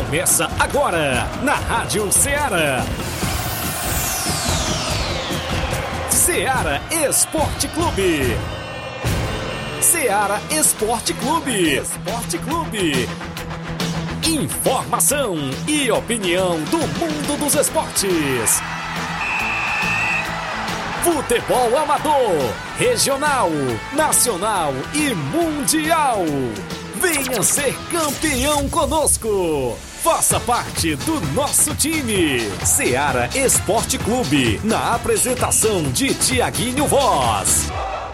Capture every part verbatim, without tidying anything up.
Começa agora na Rádio Ceará. Ceará Esporte Clube. Ceará Esporte Clube. Esporte Clube. Informação e opinião do mundo dos esportes. Futebol amador, regional, nacional e mundial. Venha ser campeão conosco. Faça parte do nosso time. Ceará Esporte Clube, na apresentação de Tiaguinho Voz.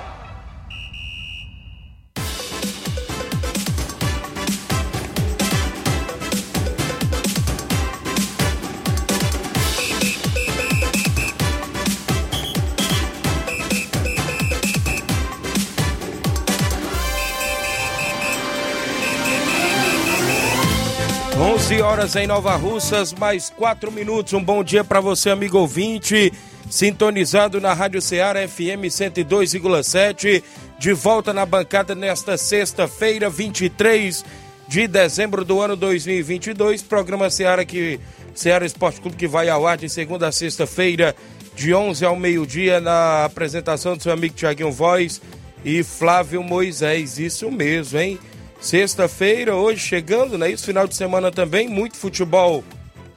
onze horas em Nova Russas, mais quatro minutos. Um bom dia para você, amigo ouvinte, sintonizado na Rádio Ceará F M cento e dois vírgula sete. De volta na bancada nesta sexta-feira, vinte e três de dezembro do ano dois mil e vinte e dois. Programa Ceará, que, Ceará Esporte Clube, que vai ao ar de segunda a sexta-feira, de onze ao meio-dia, na apresentação do seu amigo Tiaguinho Voz e Flávio Moisés. Isso mesmo, hein? Sexta-feira, hoje chegando, né? Isso, final de semana também, muito futebol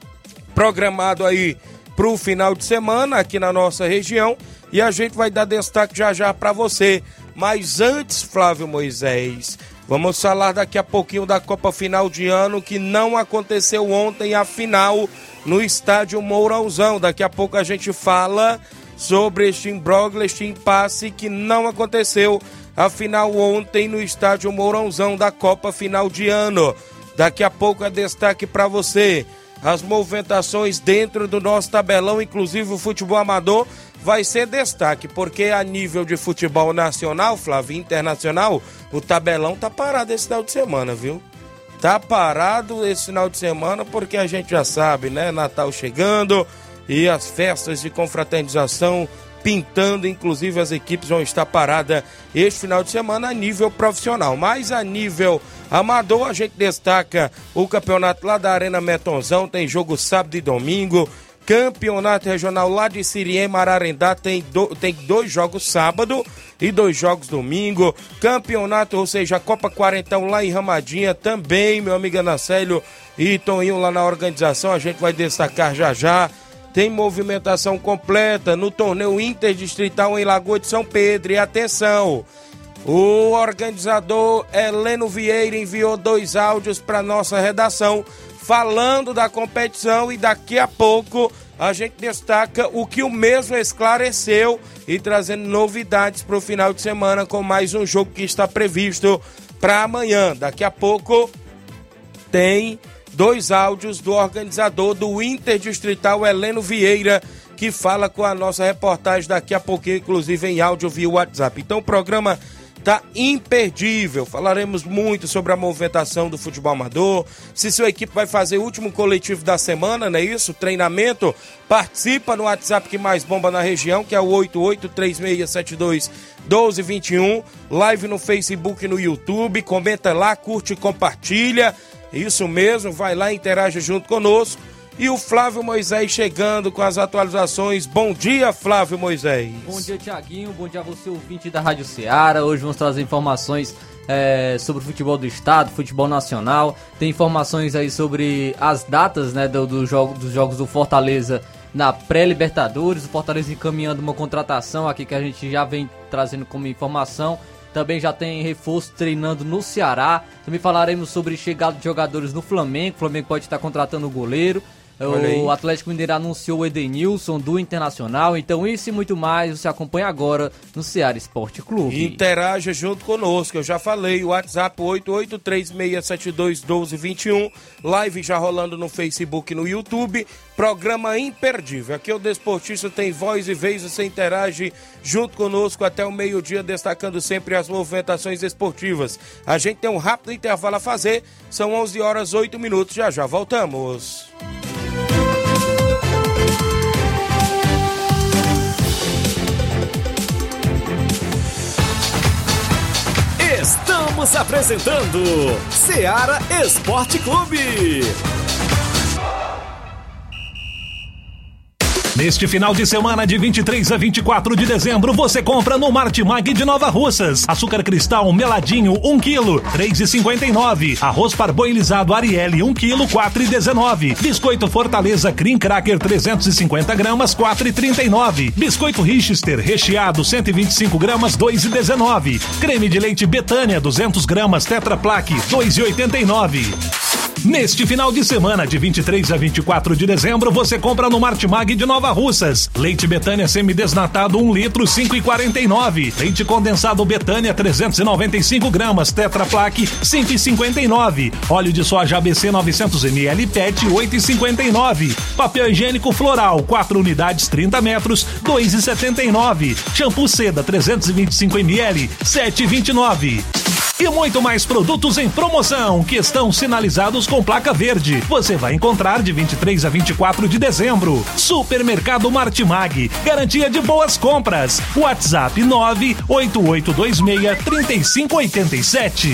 programado aí pro final de semana aqui na nossa região, e a gente vai dar destaque já já para você. Mas antes, Flávio Moisés, vamos falar daqui a pouquinho da Copa Final de Ano, que não aconteceu ontem a final no estádio Mourãozão. Daqui a pouco a gente fala sobre este imbróglio, este impasse que não aconteceu a final ontem no estádio Mourãozão da Copa Final de Ano. Daqui a pouco é destaque para você. As movimentações dentro do nosso tabelão, inclusive o futebol amador, vai ser destaque, porque a nível de futebol nacional, Flávio, internacional, o tabelão tá parado esse final de semana, viu? Tá parado esse final de semana porque a gente já sabe, né? Natal chegando e as festas de confraternização pintando, inclusive as equipes vão estar paradas este final de semana a nível profissional. Mas a nível amador, a gente destaca o campeonato lá da Arena Metonzão, tem jogo sábado e domingo. Campeonato regional lá de Siriem, Ararendá, tem, do, tem dois jogos sábado e dois jogos domingo. Campeonato, ou seja, a Copa Quarentão lá em Ramadinha também, meu amigo Anacélio e Toninho lá na organização, a gente vai destacar já já. Tem movimentação completa no torneio interdistrital em Lagoa de São Pedro. E atenção, o organizador Heleno Vieira enviou dois áudios para nossa redação falando da competição, e daqui a pouco a gente destaca o que o mesmo esclareceu e trazendo novidades para o final de semana com mais um jogo que está previsto para amanhã. Daqui a pouco tem dois áudios do organizador do Interdistrital, Heleno Vieira, que fala com a nossa reportagem daqui a pouquinho, inclusive em áudio via WhatsApp. Então o programa tá imperdível. Falaremos muito sobre a movimentação do futebol amador, se sua equipe vai fazer o último coletivo da semana, não é isso? Treinamento. Participa no WhatsApp que mais bomba na região, que é o oito oito três seis sete dois um dois dois um. Live no Facebook e no YouTube. Comenta lá, curte e compartilha. Isso mesmo, vai lá, interage junto conosco. E o Flávio Moisés chegando com as atualizações. Bom dia, Flávio Moisés. Bom dia, Tiaguinho. Bom dia a você, ouvinte da Rádio Ceará. Hoje vamos trazer informações é, sobre o futebol do estado, futebol nacional. Tem informações aí sobre as datas, né, do, do jogo, dos jogos do Fortaleza na pré-Libertadores. O Fortaleza encaminhando uma contratação aqui que a gente já vem trazendo como informação. Também já tem reforço treinando no Ceará. Também falaremos sobre chegada de jogadores no Flamengo. O Flamengo pode estar contratando o goleiro. O Atlético Mineiro anunciou o Edenilson do Internacional. Então isso e muito mais você acompanha agora no Ceará Esporte Clube. Interaja junto conosco, eu já falei, o WhatsApp oito oito três seis sete dois um dois dois um. Live já rolando no Facebook e no YouTube. Programa imperdível. Aqui o Desportista tem voz e vez, você interage junto conosco até o meio-dia, destacando sempre as movimentações esportivas. A gente tem um rápido intervalo a fazer, são onze horas e oito minutos, já já voltamos. Estamos apresentando Ceará Esporte Clube. Neste final de semana de vinte e três a vinte e quatro de dezembro, você compra no Martimag de Nova Russas. Açúcar cristal meladinho, um quilo, três reais e cinquenta e nove centavos. Arroz parboilizado Arielle, um quilo, quatro reais e dezenove centavos. Biscoito Fortaleza Cream Cracker trezentos e cinquenta gramas, quatro reais e trinta e nove centavos. Biscoito Richester recheado cento e vinte e cinco gramas, dois reais e dezenove centavos. Creme de leite Betânia duzentos gramas Tetra Pak, dois reais e oitenta e nove centavos. Neste final de semana, de vinte e três a vinte e quatro de dezembro, você compra no Martimag de Nova Russas. Leite Betânia semidesnatado, um litro, cinco reais e quarenta e nove centavos. Leite condensado Betânia, trezentos e noventa e cinco gramas, Tetra Pak, cinco reais e cinquenta e nove centavos. Óleo de soja A B C novecentos mililitros, P E T, oito reais e cinquenta e nove centavos. Papel higiênico floral, quatro unidades, trinta metros, dois reais e setenta e nove centavos. Shampoo Seda, trezentos e vinte e cinco mililitros, sete reais e vinte e nove centavos. E muito mais produtos em promoção que estão sinalizados com placa verde. Você vai encontrar de vinte e três a vinte e quatro de dezembro. Supermercado Martimag, garantia de boas compras. WhatsApp nove oito oito dois seis, três cinco oito sete.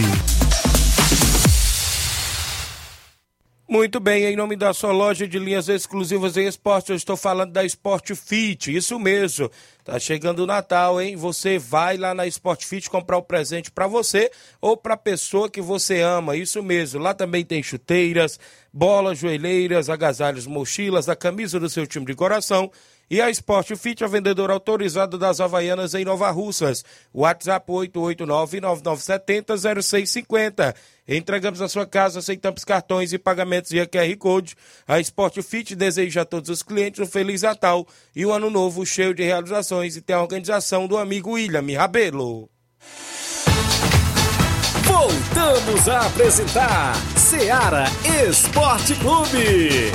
Muito bem, em nome da sua loja de linhas exclusivas em esporte, eu estou falando da Sport Fit, isso mesmo. Tá chegando o Natal, hein? Você vai lá na Sport Fit comprar o presente para você ou para a pessoa que você ama, isso mesmo. Lá também tem chuteiras, bolas, joelheiras, agasalhos, mochilas, a camisa do seu time de coração. E a Sport Fit, a vendedora autorizada das Havaianas em Nova Russas. WhatsApp oito oito nove, nove nove sete zero, zero seis cinco zero. Entregamos a sua casa, aceitamos cartões e pagamentos via Q R Code. A Sport Fit deseja a todos os clientes um Feliz Natal e um ano novo cheio de realizações, e tem a organização do amigo William Rabelo. Voltamos a apresentar Seara Esporte Clube.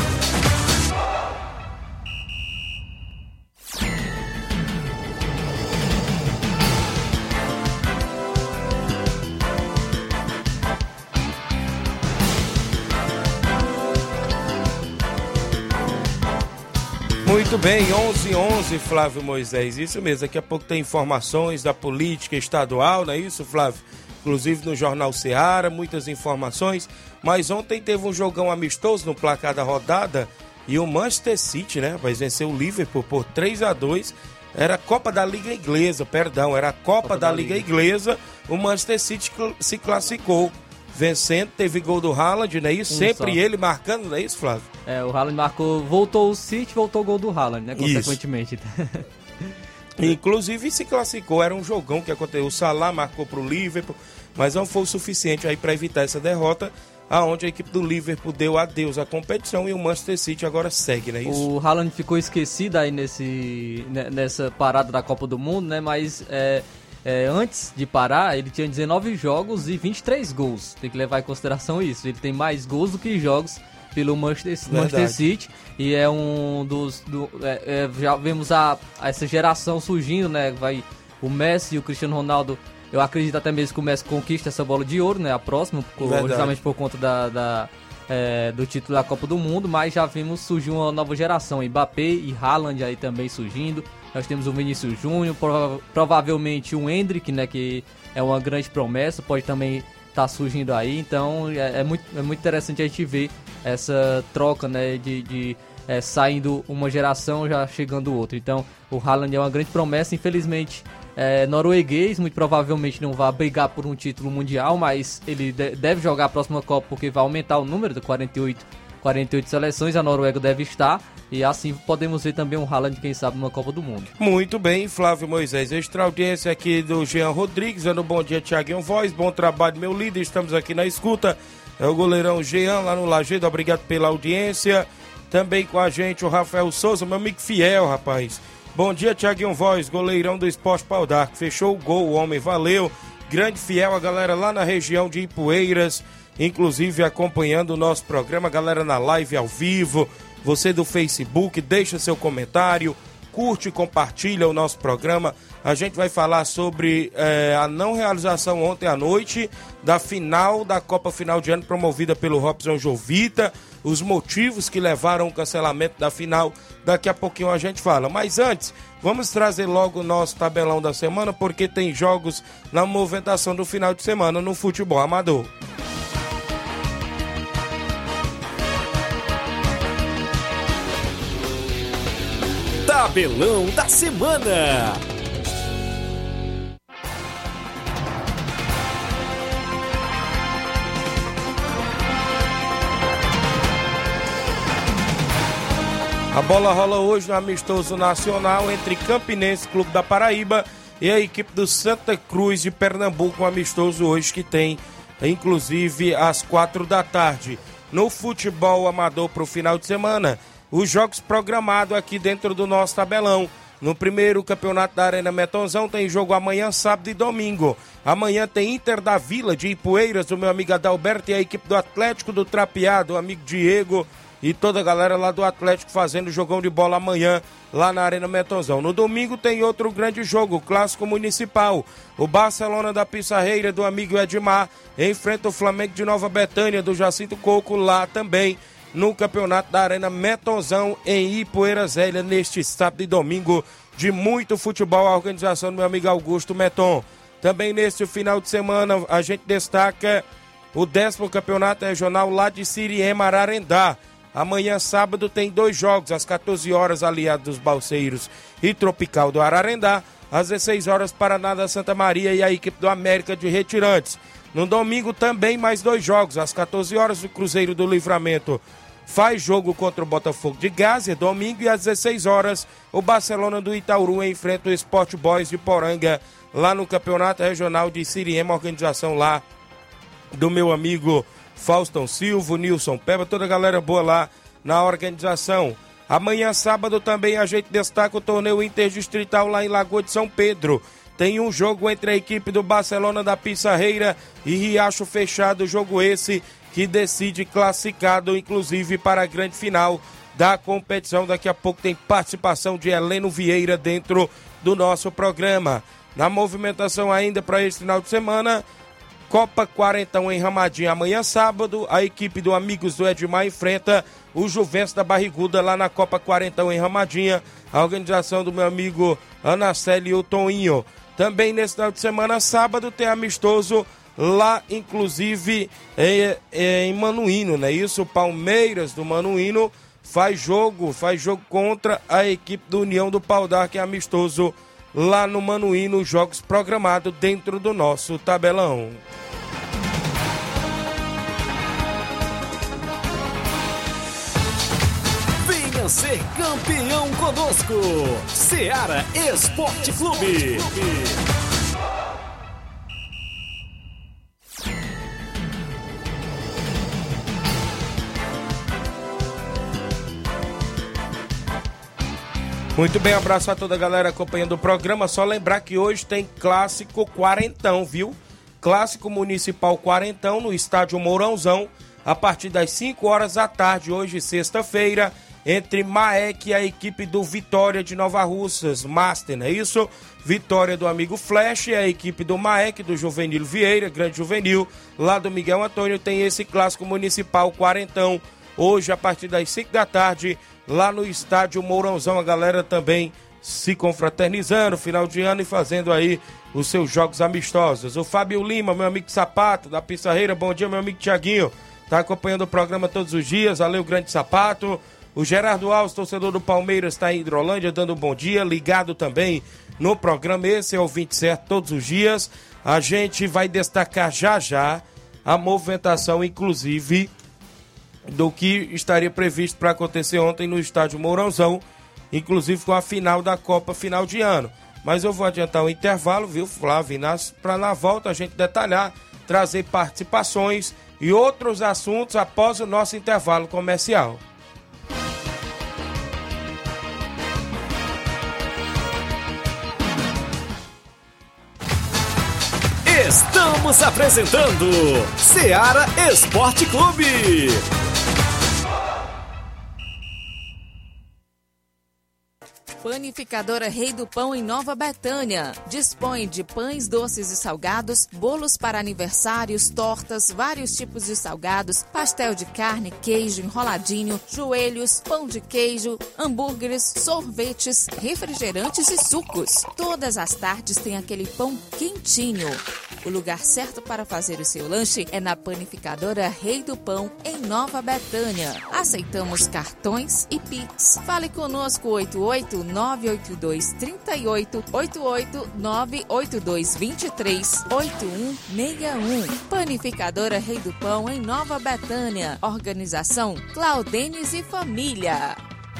Muito bem, onze e onze, Flávio Moisés, isso mesmo, daqui a pouco tem informações da política estadual, não é isso, Flávio? Inclusive no Jornal Seara, muitas informações, mas ontem teve um jogão amistoso no placar da rodada e o Manchester City, né, vai vencer o Liverpool por três a dois, era a Copa da Liga Inglesa, perdão, era a Copa, Copa da, da Liga, Liga Inglesa, o Manchester City se classificou. Vencendo, teve gol do Haaland, não é isso? Um Sempre só. Ele marcando, não é isso, Flávio? É, o Haaland marcou, voltou o City, voltou o gol do Haaland, né? Consequentemente. Inclusive se classificou, era um jogão que aconteceu. O Salah marcou pro Liverpool, mas não foi o suficiente aí para evitar essa derrota, aonde a equipe do Liverpool deu adeus à competição e o Manchester City agora segue, não é isso? O Haaland ficou esquecido aí nesse, nessa parada da Copa do Mundo, né? Mas é, é, antes de parar, ele tinha dezenove jogos e vinte e três gols. Tem que levar em consideração isso. Ele tem mais gols do que jogos pelo Manchester, Manchester City, e é um dos... Do, é, é, já vemos a, a essa geração surgindo, né? Vai, o Messi e o Cristiano Ronaldo. Eu acredito até mesmo que o Messi conquista essa bola de ouro, né? A próxima, por, justamente por conta da, da, é, do título da Copa do Mundo, mas já vimos surgir uma nova geração, Mbappé e Haaland aí também surgindo. Nós temos o Vinícius Júnior, prova- provavelmente o Endrick, né? Que é uma grande promessa, pode também estar tá surgindo aí. Então é, é, muito, é muito interessante a gente ver essa troca, né? De... de É, saindo uma geração, já chegando outra. Então, o Haaland é uma grande promessa. Infelizmente, é norueguês, muito provavelmente não vai brigar por um título mundial, mas ele de- deve jogar a próxima Copa, porque vai aumentar o número de quarenta e oito, quarenta e oito seleções. A Noruega deve estar, e assim podemos ver também um Haaland, quem sabe, numa Copa do Mundo. Muito bem, Flávio Moisés. Extra audiência aqui do Jean Rodrigues, dando bom dia, Thiaguinho Voz, bom trabalho, meu líder, estamos aqui na escuta. É o goleirão Jean, lá no Lajeado, obrigado pela audiência. Também com a gente o Rafael Souza, meu amigo fiel, rapaz. Bom dia, Thiaguinho Voz, goleirão do Esporte Pau d'Arco. Fechou o gol, o homem, valeu. Grande fiel, a galera lá na região de Ipueiras, inclusive acompanhando o nosso programa, a galera na live ao vivo. Você do Facebook, deixa seu comentário, curte e compartilha o nosso programa. A gente vai falar sobre é, a não realização ontem à noite da final da Copa Final de Ano promovida pelo Robson Jovita, os motivos que levaram o cancelamento da final. Daqui a pouquinho a gente fala. Mas antes, vamos trazer logo o nosso tabelão da semana, porque tem jogos na movimentação do final de semana no futebol amador. Tabelão da Semana. A bola rola hoje no amistoso nacional entre Campinense Clube da Paraíba e a equipe do Santa Cruz de Pernambuco, um amistoso hoje que tem, inclusive, às quatro da tarde. No futebol amador para o final de semana, os jogos programados aqui dentro do nosso tabelão. No primeiro campeonato da Arena Metonzão tem jogo amanhã, sábado e domingo. Amanhã tem Inter da Vila de Ipueiras, do meu amigo Adalberto, e a equipe do Atlético do Trapiado, o amigo Diego, e toda a galera lá do Atlético fazendo jogão de bola amanhã lá na Arena Metonzão. No domingo tem outro grande jogo, o Clássico Municipal. O Barcelona da Pissarreira, do amigo Edmar, enfrenta o Flamengo de Nova Betânia, do Jacinto Coco, lá também no campeonato da Arena Metonzão em Ipueiras Zélia, neste sábado e domingo de muito futebol, a organização do meu amigo Augusto Meton. Também neste final de semana a gente destaca o décimo campeonato regional lá de Siriema, Ararendá. Amanhã, sábado, tem dois jogos, às quatorze horas, Aliado dos Balseiros e Tropical do Ararendá, às dezesseis horas, Paraná da Santa Maria e a equipe do América de Retirantes. No domingo, também mais dois jogos, às quatorze horas, o Cruzeiro do Livramento faz jogo contra o Botafogo de Gásia, domingo, e às dezesseis horas, o Barcelona do Itaúru enfrenta o Sport Boys de Poranga, lá no Campeonato Regional de Siriema, organização lá do meu amigo Faustão Silva, Nilson Peba, toda a galera boa lá na organização. Amanhã, sábado, também a gente destaca o torneio interdistrital lá em Lagoa de São Pedro. Tem um jogo entre a equipe do Barcelona da Pissarreira e Riacho Fechado, jogo esse que decide classificado, inclusive, para a grande final da competição. Daqui a pouco tem participação de Heleno Vieira dentro do nosso programa. Na movimentação ainda para esse final de semana, Copa Quarentão em Ramadinha, amanhã sábado, a equipe do Amigos do Edmar enfrenta o Juventus da Barriguda lá na Copa Quarentão em Ramadinha, a organização do meu amigo Anaceli e o Toninho. Também nesse final de semana, sábado, tem amistoso lá, inclusive, em, em Manuíno, né? Isso, o Palmeiras do Manuíno faz jogo, faz jogo contra a equipe do União do Pau d'Arco, que é amistoso lá no Manuíno, jogos programados dentro do nosso tabelão. Venha ser campeão conosco, Ceará Esporte Clube. Muito bem, abraço a toda a galera acompanhando o programa. Só lembrar que hoje tem Clássico Quarentão, viu? Clássico Municipal Quarentão no estádio Mourãozão, a partir das cinco horas da tarde, hoje sexta-feira, entre Maek e a equipe do Vitória de Nova Russas, Master, não é isso? Vitória do amigo Flash e a equipe do Maek, do Juvenil Vieira, grande juvenil, lá do Miguel Antônio, tem esse Clássico Municipal Quarentão, hoje a partir das cinco da tarde, lá no estádio Mourãozão, a galera também se confraternizando, final de ano, e fazendo aí os seus jogos amistosos. O Fábio Lima, meu amigo Sapato, da Pissarreira, bom dia, meu amigo Tiaguinho, tá acompanhando o programa todos os dias, valeu, grande Sapato. O Gerardo Alves, torcedor do Palmeiras, está em Hidrolândia, dando um bom dia, ligado também no programa, esse é o vinte e sete todos os dias. A gente vai destacar já já a movimentação, inclusive, do que estaria previsto para acontecer ontem no estádio Mourãozão, inclusive com a final da Copa final de ano. Mas eu vou adiantar o intervalo, viu, Flávio, para na volta a gente detalhar, trazer participações e outros assuntos após o nosso intervalo comercial. Estamos apresentando Ceará Esporte Clube. Panificadora Rei do Pão em Nova Betânia. Dispõe de pães doces e salgados, bolos para aniversários, tortas, vários tipos de salgados, pastel de carne, queijo, enroladinho, joelhos, pão de queijo, hambúrgueres, sorvetes, refrigerantes e sucos. Todas as tardes tem aquele pão quentinho. O lugar certo para fazer o seu lanche é na Panificadora Rei do Pão, em Nova Betânia. Aceitamos cartões e Pix. Fale conosco oito oito nove oito dois três oito, oito oito nove oito dois dois três, oito um seis um. Panificadora Rei do Pão, em Nova Betânia. Organização Claudenes e Família.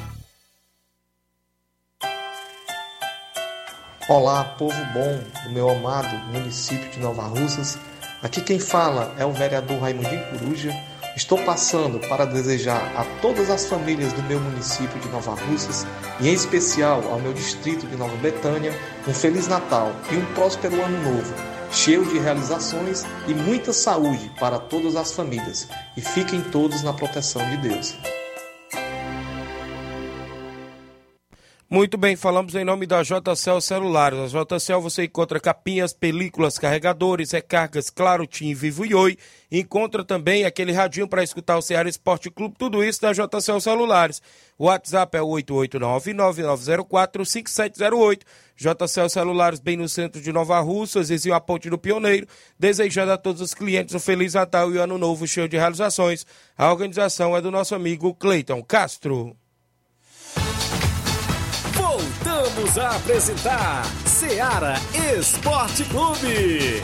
Olá, povo bom do meu amado município de Nova Russas. Aqui quem fala é o vereador Raimundinho Coruja. Estou passando para desejar a todas as famílias do meu município de Nova Russas e em especial ao meu distrito de Nova Betânia um Feliz Natal e um próspero Ano Novo, cheio de realizações e muita saúde para todas as famílias. E fiquem todos na proteção de Deus. Muito bem, falamos em nome da J C L Celulares. A J C L você encontra capinhas, películas, carregadores, recargas, Claro, TIM, Vivo e Oi. Encontra também aquele radinho para escutar o Ceará Esporte Clube, tudo isso da J C L Celulares. O WhatsApp é o oito oito nove, nove nove zero quatro, cinco sete zero oito. J C L Celulares, bem no centro de Nova Russas, vizinho a Ponte do Pioneiro, desejando a todos os clientes um Feliz Natal e um Ano Novo cheio de realizações. A organização é do nosso amigo Cleiton Castro. Voltamos a apresentar Ceará Esporte Clube.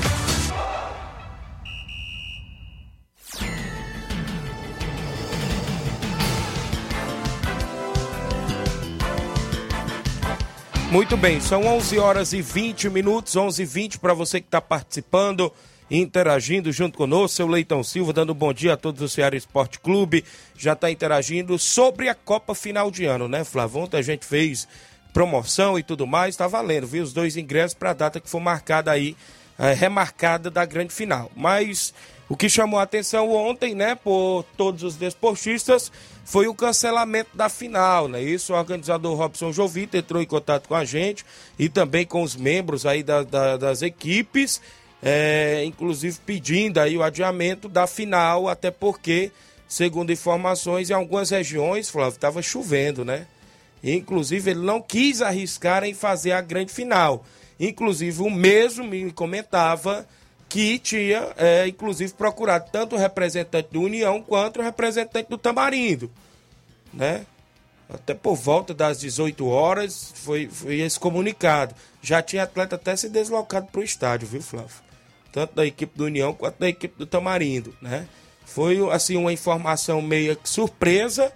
Muito bem, são onze horas e vinte minutos, onze e vinte para você que está participando, interagindo junto conosco, seu Leitão Silva, dando um bom dia a todos do Ceará Esporte Clube, já está interagindo sobre a Copa Final de Ano, né, Flávio? Ontem a gente fez promoção e tudo mais, está valendo, viu? Os dois ingressos para a data que for marcada aí, é, remarcada da grande final. Mas o que chamou a atenção ontem, né, por todos os desportistas, foi o cancelamento da final, né? Isso, o organizador Robson Jovita entrou em contato com a gente e também com os membros aí da, da, das equipes, é, inclusive pedindo aí o adiamento da final, até porque, segundo informações, em algumas regiões, Flávio, estava chovendo, né? Inclusive, ele não quis arriscar em fazer a grande final. Inclusive, o mesmo me comentava que tinha, é, inclusive, procurado tanto o representante do União quanto o representante do Tamarindo, né? Até por volta das dezoito horas foi, foi esse comunicado. Já tinha atleta até se deslocado para o estádio, viu, Flávio? Tanto da equipe do União quanto da equipe do Tamarindo, né? Foi, assim, uma informação meio surpresa,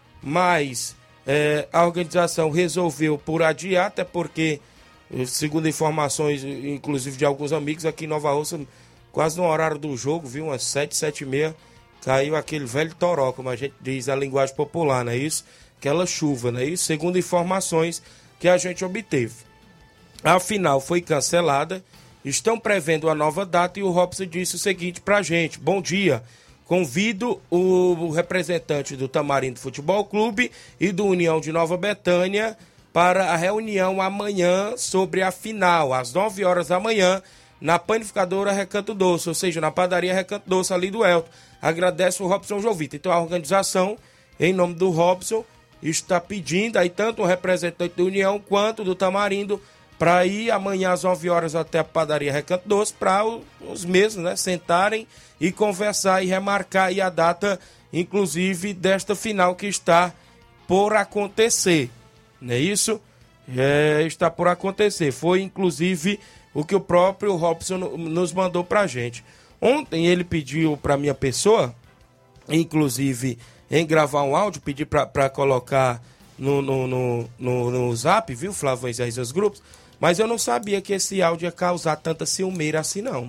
mas é, a organização resolveu por adiar, até porque, segundo informações, inclusive de alguns amigos aqui em Nova Russa, quase no horário do jogo, viu, umas sete, sete e meia, caiu aquele velho toró, como a gente diz, a linguagem popular, não é isso? Aquela chuva, não é isso? Segundo informações que a gente obteve. A final foi cancelada, estão prevendo uma nova data e o Robson disse o seguinte pra gente: bom dia, convido o representante do Tamarindo Futebol Clube e do União de Nova Betânia para a reunião amanhã sobre a final, às nove horas da manhã, na Panificadora Recanto Doce, ou seja, na padaria Recanto Doce, ali do Elton. Agradece o Robson Jovita. Então a organização, em nome do Robson, está pedindo aí tanto o representante da União quanto do Tamarindo para ir amanhã às nove horas até a padaria Recanto Doce, para os mesmos, né, sentarem e conversar e remarcar aí a data, inclusive, desta final que está por acontecer. Não é isso? É, está por acontecer. Foi, inclusive, o que o próprio Robson nos mandou pra gente. Ontem ele pediu pra minha pessoa, inclusive, em gravar um áudio, pedi pra, pra colocar no, no, no, no, no zap, viu, Flávio, e os grupos, mas eu não sabia que esse áudio ia causar tanta ciumeira assim, não.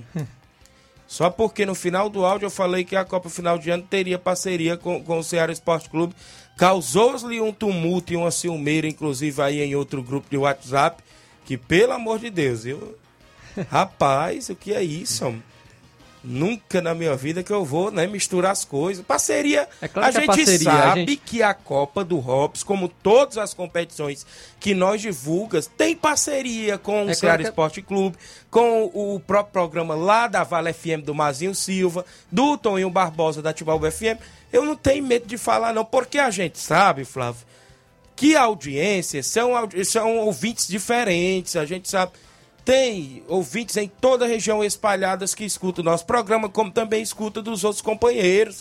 Só porque no final do áudio eu falei que a Copa Final de Ano teria parceria com, com o Ceará Esporte Clube. Causou-lhe um tumulto e uma ciumeira, inclusive aí em outro grupo de WhatsApp, que, pelo amor de Deus, eu... Rapaz, o que é isso, homem? Nunca na minha vida que eu vou, né, misturar as coisas. Parceria, é claro, a gente parceria, sabe a gente... que a Copa do Robson, como todas as competições que nós divulgamos, tem parceria com o é Ceará claro Esporte que... Clube, com o próprio programa lá da Vale F M do Mazinho Silva, do Toninho Barbosa da Tibalba F M. Eu não tenho medo de falar, não, porque a gente sabe, Flávio, que audiências são, são ouvintes diferentes, a gente sabe tem ouvintes em toda a região espalhadas que escutam o nosso programa, como também escuta dos outros companheiros.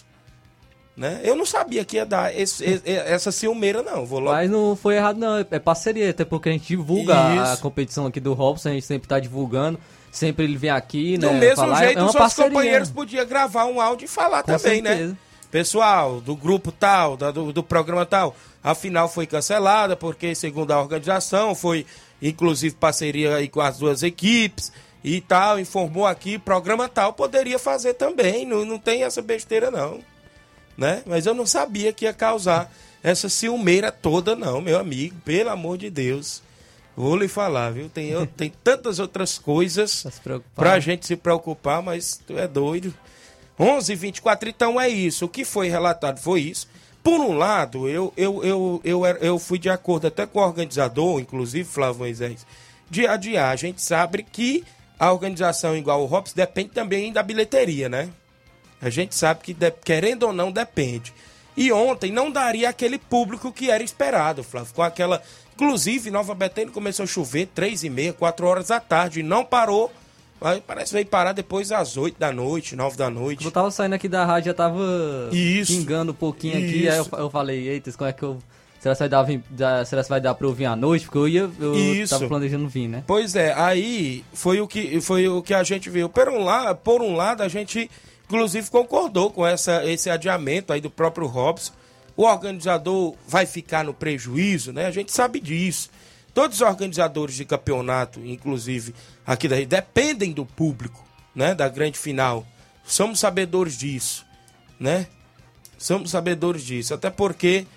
Né? Eu não sabia que ia dar esse, esse, essa ciumeira, não. Vou logo... Mas não foi errado, não. É parceria, até porque a gente divulga a, a competição aqui do Robson, a gente sempre tá divulgando. Sempre ele vem aqui, né? Do mesmo falar, jeito, é os outros parceria. companheiros podiam gravar um áudio e falar Com também, certeza. né? Pessoal, do grupo tal, da, do, do programa tal, a final foi cancelada porque, segundo a organização, foi inclusive parceria aí com as duas equipes e tal, informou aqui, programa tal, poderia fazer também, não, não tem essa besteira não, né? Mas eu não sabia que ia causar essa ciumeira toda não, meu amigo, pelo amor de Deus. Vou lhe falar, viu? Tem, eu, tem tantas outras coisas pra gente se preocupar, mas tu é doido. onze e vinte e quatro, então é isso. O que foi relatado foi isso. Por um lado, eu, eu, eu, eu, eu fui de acordo até com o organizador, inclusive, Flávio Moisés, de adiar. A gente sabe que a organização igual o Robson depende também da bilheteria, né? A gente sabe que, de, querendo ou não, depende. E ontem não daria aquele público que era esperado, Flávio, com aquela... Inclusive, Nova Betânia começou a chover três e meia, quatro horas da tarde, e não parou. Aí parece que veio parar depois às oito da noite, nove da noite. Quando eu tava saindo aqui da rádio, já tava Isso. pingando um pouquinho aqui. Isso. Aí eu, eu falei, eita, como é que eu... Será que vai dar, será que vai dar pra eu vir à noite? Porque eu ia, eu Isso. tava planejando vir, né? Pois é, aí foi o que, foi o que a gente viu. Por um lado, por um lado a gente, inclusive, concordou com essa, esse adiamento aí do próprio Robson. O organizador vai ficar no prejuízo, né? A gente sabe disso. Todos os organizadores de campeonato, inclusive aqui daí, dependem do público, né? Da grande final. Somos sabedores disso, né? Somos sabedores disso. Até porque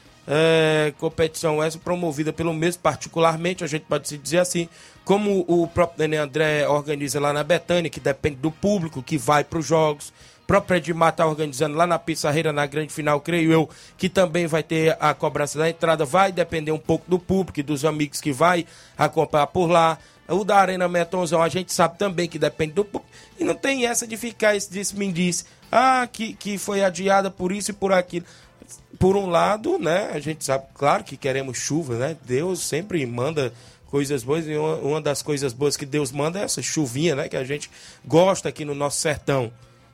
é, competição essa promovida pelo mesmo, particularmente, a gente pode se dizer assim, como o próprio Nenê André organiza lá na Betânia, que depende do público que vai para os jogos. O próprio Edmar está organizando lá na Pissarreira, na grande final, creio eu, que também vai ter a cobrança da entrada, vai depender um pouco do público e dos amigos que vai acompanhar por lá. O da Arena Metonzão, a gente sabe também que depende do público. E não tem essa de ficar esse disse-me-disse, ah, que, que foi adiada por isso e por aquilo. Por um lado, né, a gente sabe, claro que queremos chuva, né? Deus sempre manda coisas boas e uma, uma das coisas boas que Deus manda é essa chuvinha, né, que a gente gosta aqui no nosso sertão.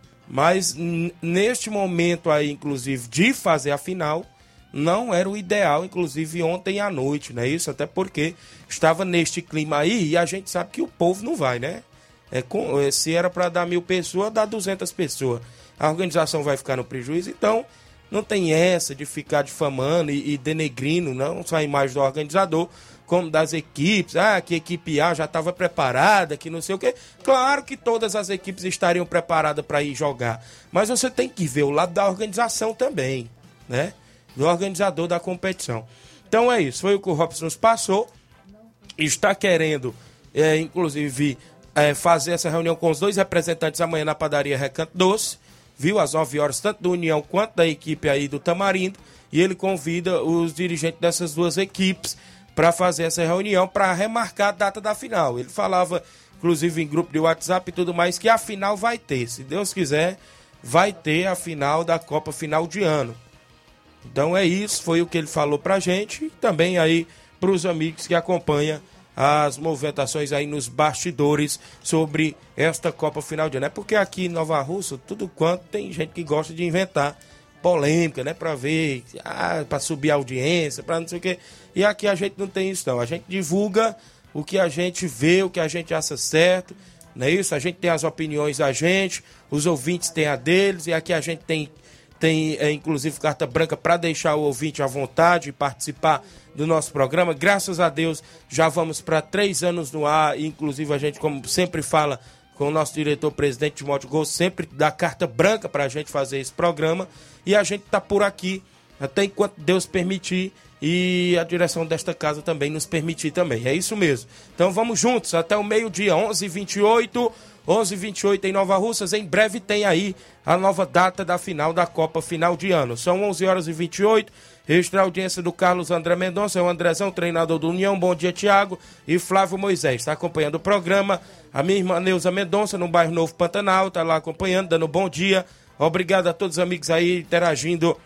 Mas n- neste momento aí, inclusive, de fazer a final, não era o ideal, inclusive ontem à noite, não é isso? Até porque estava neste clima aí e a gente sabe que o povo não vai, né? É com, se era para dar mil pessoas, dá duzentas pessoas. A organização vai ficar no prejuízo, então não tem essa de ficar difamando e, e denegrindo, não só a imagem do organizador, como das equipes, ah, que a equipe A já estava preparada, que não sei o quê. Claro que todas as equipes estariam preparadas para ir jogar, mas você tem que ver o lado da organização também, né? Do organizador da competição. Então é isso, foi o que o Robson nos passou, está querendo, é, inclusive, é, fazer essa reunião com os dois representantes amanhã na padaria Recanto Doce, viu, às nove horas, tanto do União quanto da equipe aí do Tamarindo, e ele convida os dirigentes dessas duas equipes para fazer essa reunião, para remarcar a data da final. Ele falava, inclusive em grupo de WhatsApp e tudo mais, que a final vai ter, se Deus quiser, vai ter a final da Copa final de ano. Então é isso, foi o que ele falou pra gente, e também aí para os amigos que acompanham as movimentações aí nos bastidores sobre esta Copa final de ano. É porque aqui em Nova Russa, tudo quanto tem gente que gosta de inventar polêmica, né, para ver, ah, para subir a audiência, para não sei o quê. E aqui a gente não tem isso não, a gente divulga o que a gente vê, o que a gente acha certo, não é isso? A gente tem as opiniões da gente, os ouvintes têm a deles, e aqui a gente tem, tem é, inclusive carta branca para deixar o ouvinte à vontade e participar do nosso programa. Graças a Deus já vamos para três anos no ar, e inclusive a gente, como sempre fala com o nosso diretor-presidente Timóteo Gol, sempre dá carta branca para a gente fazer esse programa, e a gente está por aqui até enquanto Deus permitir e a direção desta casa também nos permitir também, é isso mesmo. Então vamos juntos até o meio-dia, onze e vinte e oito, onze e vinte e oito em Nova Russas. Em breve tem aí a nova data da final da Copa final de ano. São onze horas e vinte e oito. Extra audiência do Carlos André Mendonça, é o Andrezão, treinador do União. Bom dia, Tiago e Flávio Moisés. Está acompanhando o programa. A minha irmã Neuza Mendonça, no bairro Novo Pantanal, está lá acompanhando, dando bom dia. Obrigado a todos os amigos aí interagindo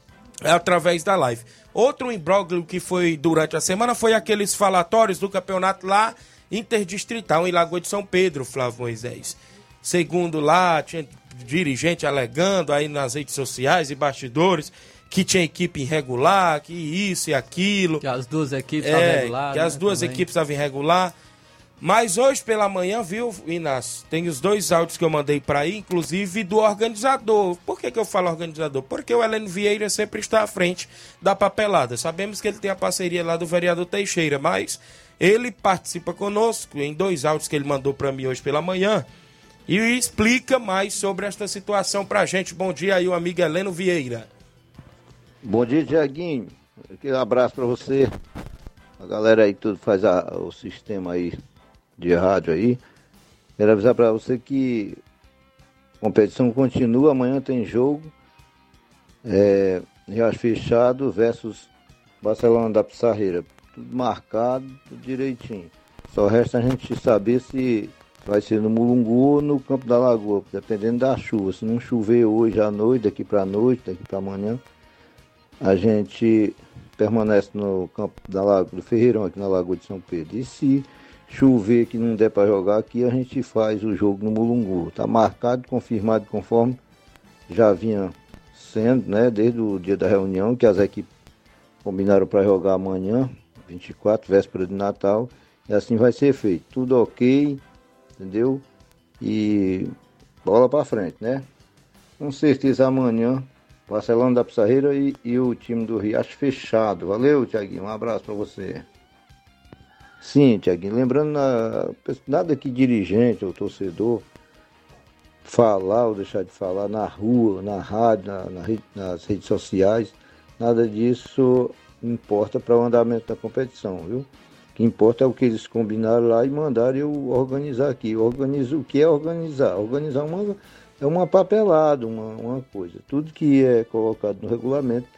através da live. Outro imbróglio que foi durante a semana foi aqueles falatórios do campeonato lá Interdistrital em Lagoa de São Pedro, Flávio Moisés. Segundo lá, tinha dirigente alegando aí nas redes sociais e bastidores que tinha equipe irregular, que isso e aquilo. Que as duas equipes estavam é, irregulares. Que as né, duas também. equipes estavam irregulares. Mas hoje pela manhã, viu, Inácio? Tem os dois áudios que eu mandei para aí, inclusive do organizador. Por que que eu falo organizador? Porque o Heleno Vieira sempre está à frente da papelada. Sabemos que ele tem a parceria lá do vereador Teixeira, mas ele participa conosco em dois áudios que ele mandou para mim hoje pela manhã e explica mais sobre esta situação pra gente. Bom dia aí, o amigo Heleno Vieira. Bom dia, Tiaguinho. Aquele abraço para você. A galera aí que tudo faz a, o sistema aí de rádio aí. Quero avisar para você que a competição continua. Amanhã tem jogo. É, Riacho Fechado versus Barcelona da Pissarreira. Tudo marcado, tudo direitinho. Só resta a gente saber se vai ser no Mulungu ou no Campo da Lagoa, dependendo da chuva. Se não chover hoje à noite, daqui para noite, daqui para amanhã, a gente permanece no Campo da Lagoa, do Ferreirão, aqui na Lagoa de São Pedro. E se chover que não der para jogar aqui, a gente faz o jogo no Mulungu. Está marcado, confirmado conforme já vinha sendo, né, desde o dia da reunião, que as equipes combinaram para jogar amanhã, vinte e quatro, véspera de Natal, e assim vai ser feito. Tudo ok, entendeu? E bola para frente, né? Com certeza amanhã, Barcelona da Pissarreira e, e o time do Riacho Fechado. Valeu, Tiaguinho, um abraço para você. Sim, Tiaguinho, lembrando, na, nada que dirigente ou torcedor falar ou deixar de falar na rua, na rádio, na, na rede, nas redes sociais, nada disso importa para o andamento da competição, viu? O que importa é o que eles combinaram lá e mandaram eu organizar aqui. Eu organizo o que é organizar? Organizar uma, é uma papelada, uma, uma coisa. Tudo que é colocado no regulamento,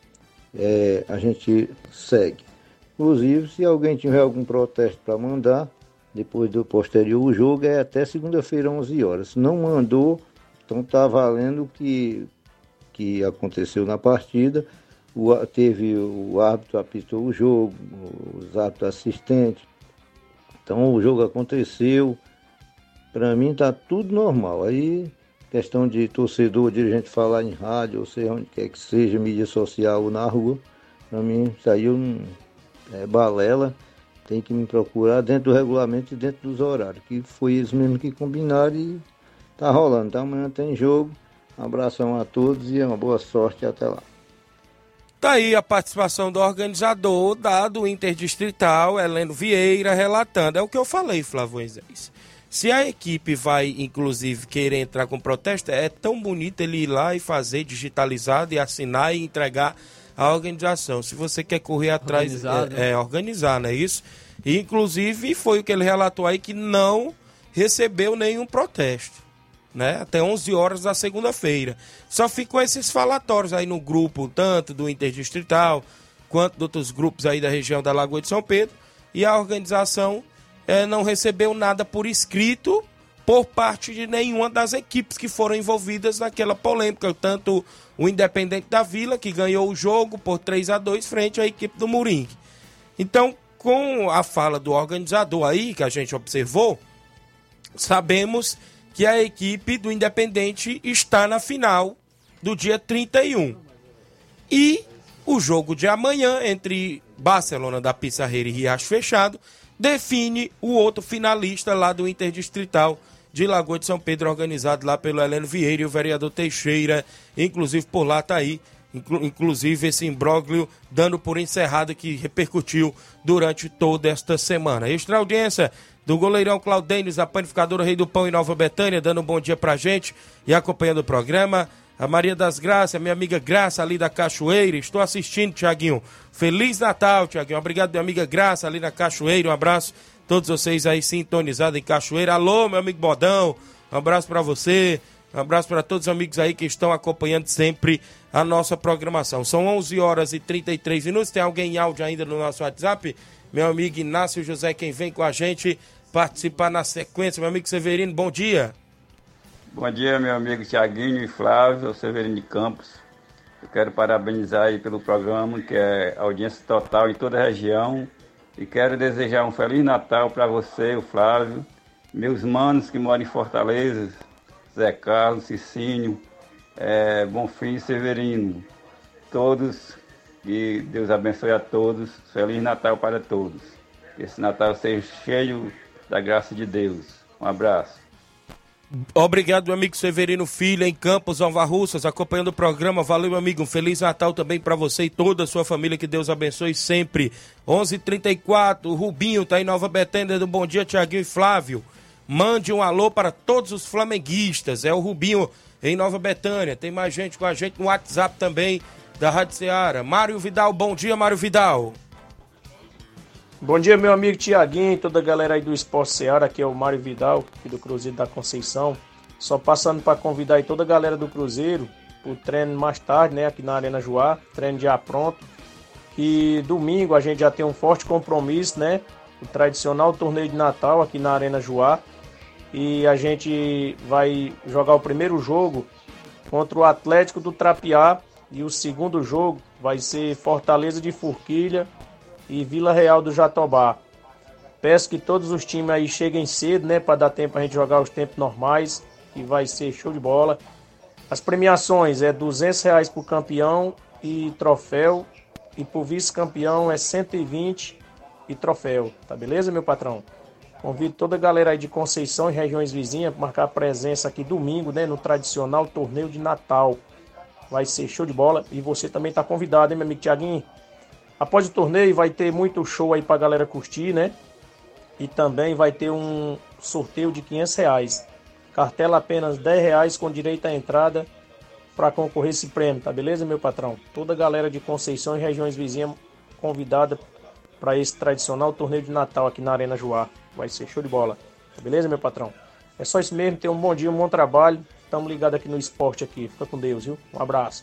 é, a gente segue. Inclusive, se alguém tiver algum protesto para mandar, depois do posterior, o jogo é até segunda-feira, onze horas. Se não mandou, então está valendo o que, que aconteceu na partida. O, teve o árbitro apitou o jogo, os árbitros assistentes. Então o jogo aconteceu. Para mim está tudo normal. Aí, questão de torcedor, dirigente falar em rádio, ou seja, onde quer que seja, mídia social ou na rua, para mim isso aí eu não... É balela, tem que me procurar dentro do regulamento e dentro dos horários, que foi eles mesmos que combinaram e tá rolando. Então amanhã tem jogo, um abração a todos e uma boa sorte até lá. Tá aí a participação do organizador da do Interdistrital, Heleno Vieira, relatando. É o que eu falei, Flávio Moisés. Se a equipe vai, inclusive, querer entrar com protesto, é tão bonito ele ir lá e fazer digitalizado e assinar e entregar a organização. Se você quer correr atrás, é, é organizar, não é isso? E, inclusive, foi o que ele relatou aí, que não recebeu nenhum protesto, né? Até onze horas da segunda-feira. Só ficou esses falatórios aí no grupo, tanto do Interdistrital, quanto de outros grupos aí da região da Lagoa de São Pedro, e a organização é, não recebeu nada por escrito por parte de nenhuma das equipes que foram envolvidas naquela polêmica, tanto o Independente da Vila, que ganhou o jogo por três a dois frente à equipe do Moringue. Então, com a fala do organizador aí, que a gente observou, sabemos que a equipe do Independente está na final do dia trinta e um. E o jogo de amanhã, entre Barcelona da Pissarreira e Riacho Fechado, define o outro finalista lá do Interdistrital de Lagoa de São Pedro, organizado lá pelo Heleno Vieira e o vereador Teixeira. Inclusive por lá está aí, inclu- inclusive esse imbróglio dando por encerrado que repercutiu durante toda esta semana. Extra audiência do goleirão Claudênis, a panificadora Rei do Pão em Nova Betânia, dando um bom dia pra gente e acompanhando o programa. A Maria das Graças, minha amiga Graça ali da Cachoeira, estou assistindo, Tiaguinho. Feliz Natal, Tiaguinho. Obrigado, minha amiga Graça ali na Cachoeira. Um abraço a todos vocês aí sintonizados em Cachoeira. Alô, meu amigo Bodão, um abraço para você. Um abraço para todos os amigos aí que estão acompanhando sempre a nossa programação. São onze horas e trinta e três minutos. Tem alguém em áudio ainda no nosso WhatsApp? Meu amigo Inácio José, quem vem com a gente participar na sequência. Meu amigo Severino, bom dia. Bom dia, meu amigo Tiaguinho e Flávio, Severino de Campos. Eu quero parabenizar aí pelo programa, que é audiência total em toda a região. E quero desejar um Feliz Natal para você, o Flávio, meus manos que moram em Fortaleza, Zé Carlos, Cicínio, é, Bonfim, Severino, todos, e Deus abençoe a todos, Feliz Natal para todos. Que esse Natal seja cheio da graça de Deus. Um abraço. Obrigado, meu amigo Severino Filho, em Campos, Nova Russas, acompanhando o programa. Valeu, meu amigo. Um Feliz Natal também para você e toda a sua família. Que Deus abençoe sempre. onze e trinta e quatro, o Rubinho tá em Nova Betânia, do Bom Dia, Tiaguinho e Flávio. Mande um alô para todos os flamenguistas. É o Rubinho em Nova Betânia. Tem mais gente com a gente no WhatsApp também da Rádio Ceará. Mário Vidal, bom dia, Mário Vidal. Bom dia, meu amigo Tiaguinho e toda a galera aí do Esporte Ceará. Aqui é o Mário Vidal, aqui do Cruzeiro da Conceição. Só passando para convidar aí toda a galera do Cruzeiro pro treino mais tarde, né, aqui na Arena Joá. Treino já pronto. E domingo a gente já tem um forte compromisso, né? O tradicional torneio de Natal aqui na Arena Joá. E a gente vai jogar o primeiro jogo contra o Atlético do Trapiá. E o segundo jogo vai ser Fortaleza de Forquilha e Vila Real do Jatobá. Peço que todos os times aí cheguem cedo, né, para dar tempo pra gente jogar os tempos normais, que vai ser show de bola. As premiações é duzentos reais por campeão e troféu, e por vice-campeão é cento e vinte e troféu, tá beleza, meu patrão? Convido toda a galera aí de Conceição e regiões vizinhas para marcar presença aqui domingo, né, no tradicional torneio de Natal. Vai ser show de bola e você também tá convidado, hein, meu amigo Tiaguinho? Após o torneio vai ter muito show aí pra galera curtir, né? E também vai ter um sorteio de quinhentos reais. Cartela apenas dez reais com direito à entrada para concorrer esse prêmio, tá beleza, meu patrão? Toda a galera de Conceição e regiões vizinhas convidada para esse tradicional torneio de Natal aqui na Arena Joá. Vai ser show de bola, tá beleza, meu patrão? É só isso mesmo, tenha um bom dia, um bom trabalho. Tamo ligado aqui no esporte aqui. Fica com Deus, viu? Um abraço.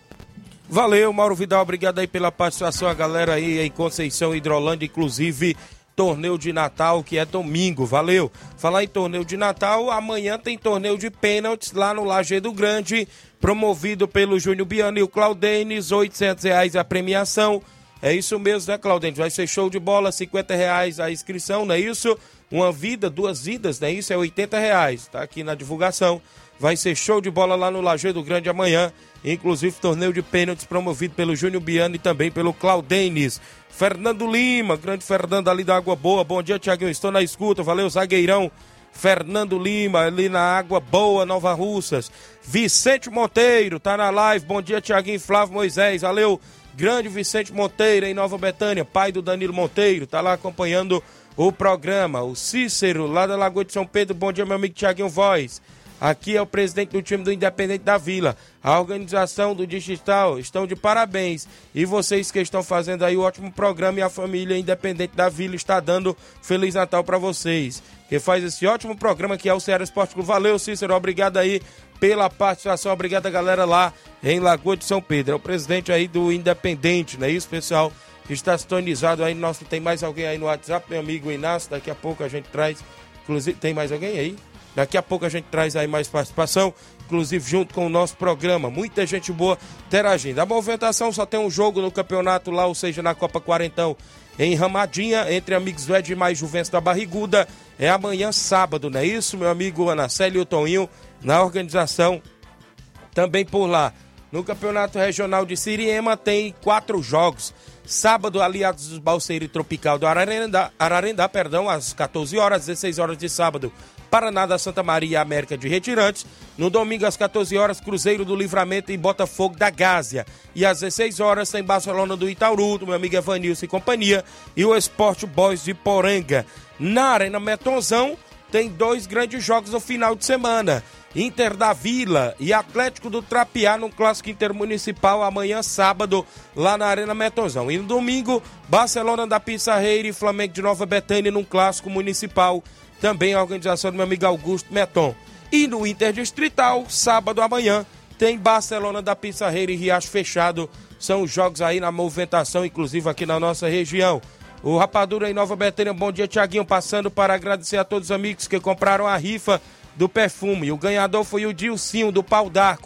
Valeu, Mauro Vidal, obrigado aí pela participação, a galera aí em Conceição, Hidrolândia, inclusive torneio de Natal, que é domingo, valeu. Falar em torneio de Natal, amanhã tem torneio de pênaltis lá no Lajeado Grande, promovido pelo Júnior Biano e o Claudenes, oitocentos reais a premiação, é isso mesmo, né, Claudenes? Vai ser show de bola, cinquenta reais a inscrição, não é isso? Uma vida, duas vidas, não é isso? É oitenta reais, tá aqui na divulgação. Vai ser show de bola lá no Lajeado Grande amanhã, inclusive torneio de pênaltis promovido pelo Júnior Biano e também pelo Claudenes. Fernando Lima, grande Fernando ali da Água Boa, bom dia, Tiaguinho, estou na escuta, valeu, zagueirão. Fernando Lima, ali na Água Boa, Nova Russas. Vicente Monteiro, tá na live, bom dia, Tiaguinho, Flávio Moisés, valeu, grande Vicente Monteiro em Nova Betânia, pai do Danilo Monteiro, tá lá acompanhando o programa. O Cícero, lá da Lagoa de São Pedro, bom dia, meu amigo Tiaguinho Voz. Aqui é o presidente do time do Independente da Vila. A organização do Digital estão de parabéns. E vocês que estão fazendo aí o ótimo programa e a família Independente da Vila está dando Feliz Natal para vocês. Que faz esse ótimo programa que é o Ceará Esporte Clube. Valeu, Cícero. Obrigado aí pela participação. Obrigado a galera lá em Lagoa de São Pedro. É o presidente aí do Independente, não é isso, pessoal? Está sintonizado aí. Nosso, tem mais alguém aí no WhatsApp, meu amigo Inácio. Daqui a pouco a gente traz. Inclusive, tem mais alguém aí? Daqui a pouco a gente traz aí mais participação, inclusive junto com o nosso programa. Muita gente boa interagindo. A movimentação só tem um jogo no campeonato lá, ou seja, na Copa Quarentão, em Ramadinha, entre amigos do Ed mais Juventus da Barriguda. É amanhã, sábado, não é isso, meu amigo Anacélio e o Toninho, na organização também por lá. No Campeonato Regional de Siriema tem quatro jogos. Sábado, Aliados dos Balseiro e Tropical do Ararendá, Ararendá, perdão, às quatorze horas, dezesseis horas de sábado, Paraná da Santa Maria e América de Retirantes. No domingo, às quatorze horas, Cruzeiro do Livramento e Botafogo da Gásia. E às dezesseis horas, tem Barcelona do Itaúru, do meu amigo Evanilson e companhia, e o Sport Boys de Poranga. Na Arena Metonzão, tem dois grandes jogos no final de semana. Inter da Vila e Atlético do Trapiá no Clássico Intermunicipal amanhã, sábado, lá na Arena Metonzão. E no domingo, Barcelona da Pissarreira e Flamengo de Nova Betânia num Clássico Municipal, também a organização do meu amigo Augusto Meton. E no Interdistrital, sábado amanhã, tem Barcelona da Pissarreira e Riacho Fechado. São os jogos aí na movimentação, inclusive aqui na nossa região. O Rapadura em Nova Betânia, bom dia, Tiaguinho, passando para agradecer a todos os amigos que compraram a rifa do perfume. O ganhador foi o Dilcinho do Pau d'Arco,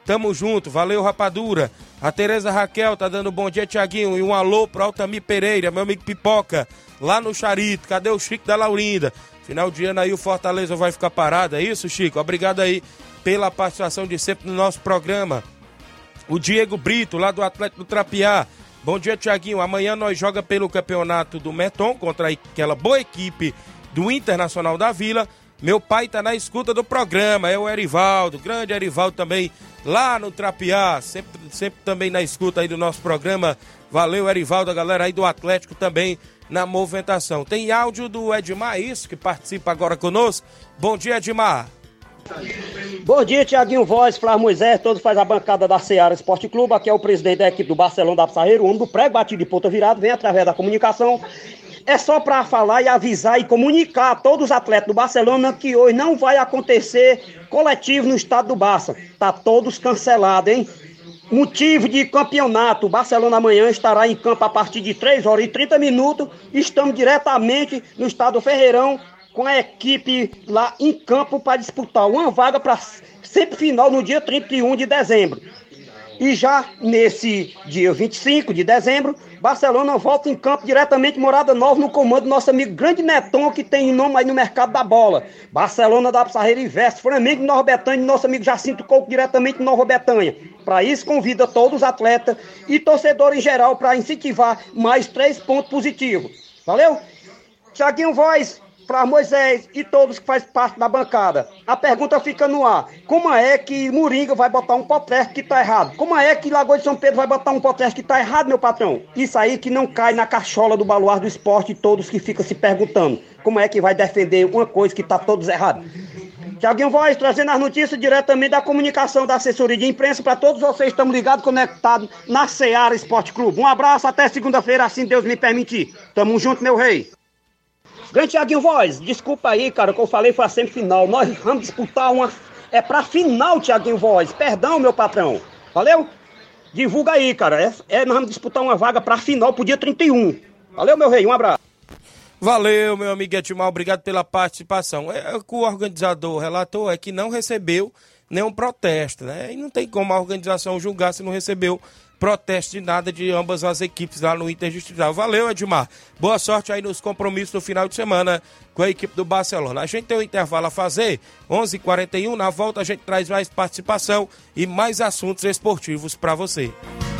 Tamo junto, valeu, rapadura. A Tereza Raquel tá dando bom dia, Tiaguinho, e um alô pro Altamir Pereira, meu amigo Pipoca, lá no Charito. Cadê o Chico da Laurinda? Final de ano aí o Fortaleza vai ficar parado, é isso, Chico? Obrigado aí pela participação de sempre no nosso programa. O Diego Brito, lá do Atlético do Trapiá. Bom dia, Tiaguinho. Amanhã nós joga pelo campeonato do Meton contra aquela boa equipe do Internacional da Vila. Meu pai tá na escuta do programa, é o Erivaldo, grande Erivaldo também, lá no Trapiá, sempre, sempre também na escuta aí do nosso programa. Valeu, Erivaldo, a galera aí do Atlético também na movimentação. Tem áudio do Edmar, isso, que participa agora conosco. Bom dia, Edmar. Bom dia, Tiaguinho Voz, Flávio Moisés, todos faz a bancada da Ceará Esporte Clube. Aqui é o presidente da equipe do Barcelona da Pissarreira, o homem do prego batido de ponta virada, vem através da comunicação. É só para falar e avisar e comunicar a todos os atletas do Barcelona que hoje não vai acontecer coletivo no estado do Barça. Tá todos cancelados, hein? Motivo de campeonato, o Barcelona amanhã estará em campo a partir de três horas e trinta minutos. Estamos diretamente no estado do Ferreirão, com a equipe lá em campo para disputar uma vaga para semifinal no dia trinta e um de dezembro. E já nesse dia vinte e cinco de dezembro, Barcelona volta em campo diretamente Morada Nova no comando do nosso amigo Grande Neton, que tem nome aí no mercado da bola. Barcelona da Pissarreira investe, Flamengo de Nova Betânia, nosso amigo Jacinto Couto diretamente de Nova Betânia. Para isso convida todos os atletas e torcedores em geral para incentivar mais três pontos positivos. Valeu? Tiaguinho Voz, para Moisés e todos que fazem parte da bancada. A pergunta fica no ar. Como é que Moringa vai botar um poteste que tá errado? Como é que Lagoa de São Pedro vai botar um poteste que tá errado, meu patrão? Isso aí que não cai na cachola do baluar do esporte e todos que ficam se perguntando. Como é que vai defender uma coisa que tá todos errados? Tiaguinho Voz, trazendo as notícias diretamente da comunicação da assessoria de imprensa para todos vocês que estamos ligados, conectados na Ceará Esporte Clube. Um abraço, até segunda-feira, assim Deus me permitir. Tamo junto, meu rei. Grande Tiaguinho Voz, desculpa aí, cara, o que eu falei foi a semifinal. Nós vamos disputar uma... É pra final, Tiaguinho Voz. Perdão, meu patrão. Valeu? Divulga aí, cara. É, é, nós vamos disputar uma vaga pra final pro dia trinta e um. Valeu, meu rei. Um abraço. Valeu, meu amigo Edmar. Obrigado pela participação. É, o que o organizador relatou é que não recebeu nenhum protesto, né? E não tem como a organização julgar se não recebeu protesto de nada de ambas as equipes lá no Interdistrital. Valeu, Edmar. Boa sorte aí nos compromissos do final de semana com a equipe do Barcelona. A gente tem um intervalo a fazer, onze e quarenta e um. Na volta a gente traz mais participação e mais assuntos esportivos para você.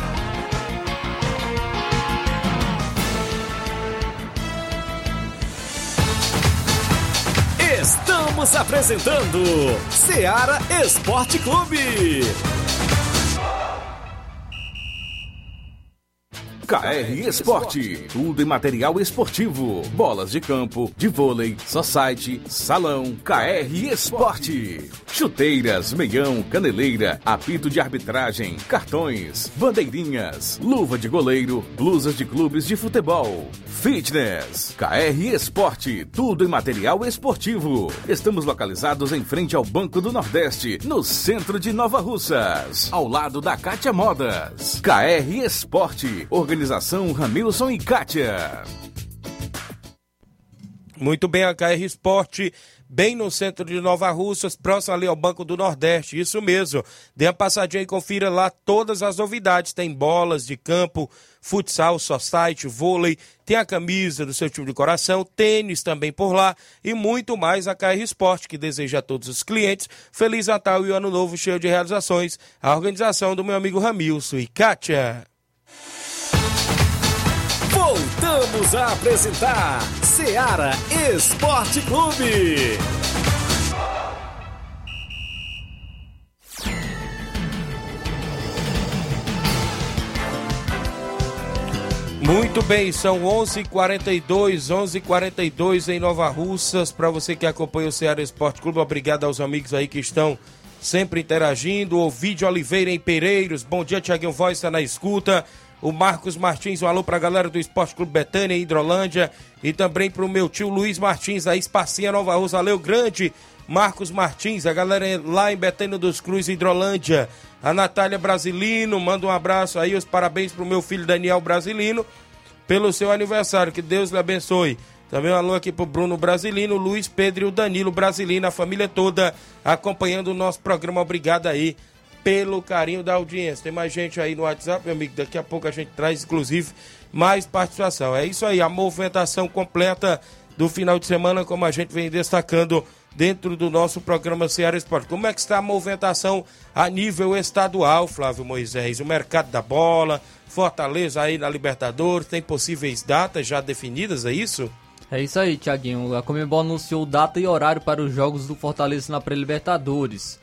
Estamos apresentando Ceará Esporte Clube. K R Esporte, tudo em material esportivo, bolas de campo, de vôlei, society, salão, K R Esporte, chuteiras, meião, caneleira, apito de arbitragem, cartões, bandeirinhas, luva de goleiro, blusas de clubes de futebol, fitness, K R Esporte, tudo em material esportivo. Estamos localizados em frente ao Banco do Nordeste, no centro de Nova Russas, ao lado da Kátia Modas. K R Esporte, organização Ramilson e Kátia. Muito bem, a K R Esporte, bem no centro de Nova Russas, próximo ali ao Banco do Nordeste, isso mesmo. Dê uma passadinha e confira lá todas as novidades. Tem bolas de campo, futsal, society, vôlei, tem a camisa do seu time de coração, tênis também por lá e muito mais. A K R Esporte, que deseja a todos os clientes Feliz Natal e Ano Novo cheio de realizações. A organização do meu amigo Ramilson e Kátia. Voltamos a apresentar Ceará Esporte Clube. Muito bem, são onze e quarenta e dois, onze e quarenta e dois em Nova Russas. Para você que acompanha o Ceará Esporte Clube, obrigado aos amigos aí que estão sempre interagindo. O Ovidio Oliveira em Pereiros, bom dia, Tiaguinho Voz, está na escuta. O Marcos Martins, um alô pra galera do Esporte Clube Betânia, Hidrolândia, e também pro meu tio Luiz Martins, da Espacinha Nova Rússia. Valeu, grande Marcos Martins, a galera lá em Betânia dos Cruz, Hidrolândia. A Natália Brasilino, manda um abraço aí, os parabéns pro meu filho Daniel Brasilino, pelo seu aniversário, que Deus lhe abençoe. Também um alô aqui pro Bruno Brasilino, Luiz Pedro e o Danilo Brasilino, a família toda acompanhando o nosso programa. Obrigado aí pelo carinho da audiência. Tem mais gente aí no WhatsApp, meu amigo, daqui a pouco a gente traz, inclusive, mais participação. É isso aí, a movimentação completa do final de semana, como a gente vem destacando dentro do nosso programa Ceará Esporte. Como é que está a movimentação a nível estadual, Flávio Moisés? O mercado da bola, Fortaleza aí na Libertadores, tem possíveis datas já definidas, é isso? É isso aí, Thiaguinho. A Conmebol anunciou data e horário para os jogos do Fortaleza na pré-Libertadores.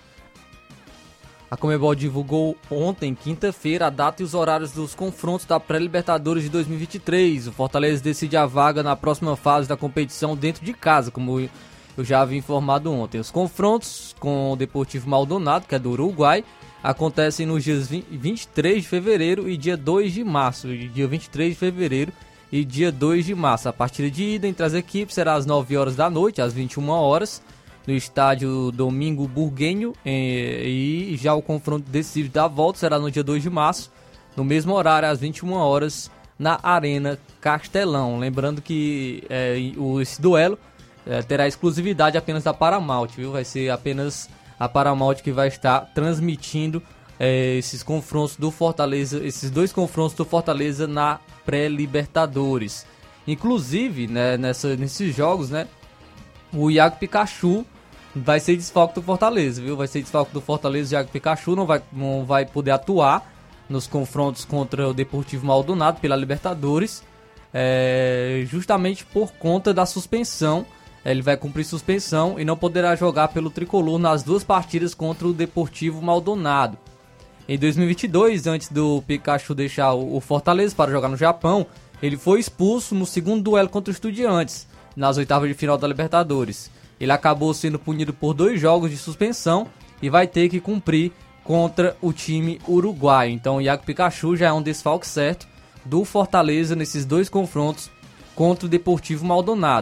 A Conmebol divulgou ontem, quinta-feira, a data e os horários dos confrontos da pré-Libertadores de dois mil e vinte e três. O Fortaleza decide a vaga na próxima fase da competição dentro de casa, como eu já havia informado ontem. Os confrontos com o Deportivo Maldonado, que é do Uruguai, acontecem nos dias vinte e três de fevereiro e dia dois de março. Dia vinte e três de fevereiro e dia dois de março. A partida de ida entre as equipes será às nove horas da noite, às vinte e uma horas, no estádio Domingo Burguenho, e já o confronto decisivo da volta será no dia dois de março, no mesmo horário, às vinte e uma horas, na Arena Castelão. Lembrando que é, esse duelo é, terá exclusividade apenas da Paramount, viu? Vai ser apenas a Paramount que vai estar transmitindo é, esses confrontos do Fortaleza, esses dois confrontos do Fortaleza na pré-Libertadores. Inclusive, né, nessa, nesses jogos, né, o Iago Pikachu vai ser desfalque do Fortaleza, viu? Vai ser desfalque do Fortaleza, o Iago Pikachu não vai, não vai poder atuar nos confrontos contra o Deportivo Maldonado pela Libertadores, é, justamente por conta da suspensão. Ele vai cumprir suspensão e não poderá jogar pelo Tricolor nas duas partidas contra o Deportivo Maldonado. Em dois mil e vinte e dois, antes do Pikachu deixar o Fortaleza para jogar no Japão, ele foi expulso no segundo duelo contra o Estudiantes, nas oitavas de final da Libertadores. Ele acabou sendo punido por dois jogos de suspensão e vai ter que cumprir contra o time uruguaio. Então o Iago Pikachu já é um desfalque certo do Fortaleza nesses dois confrontos contra o Deportivo Maldonado.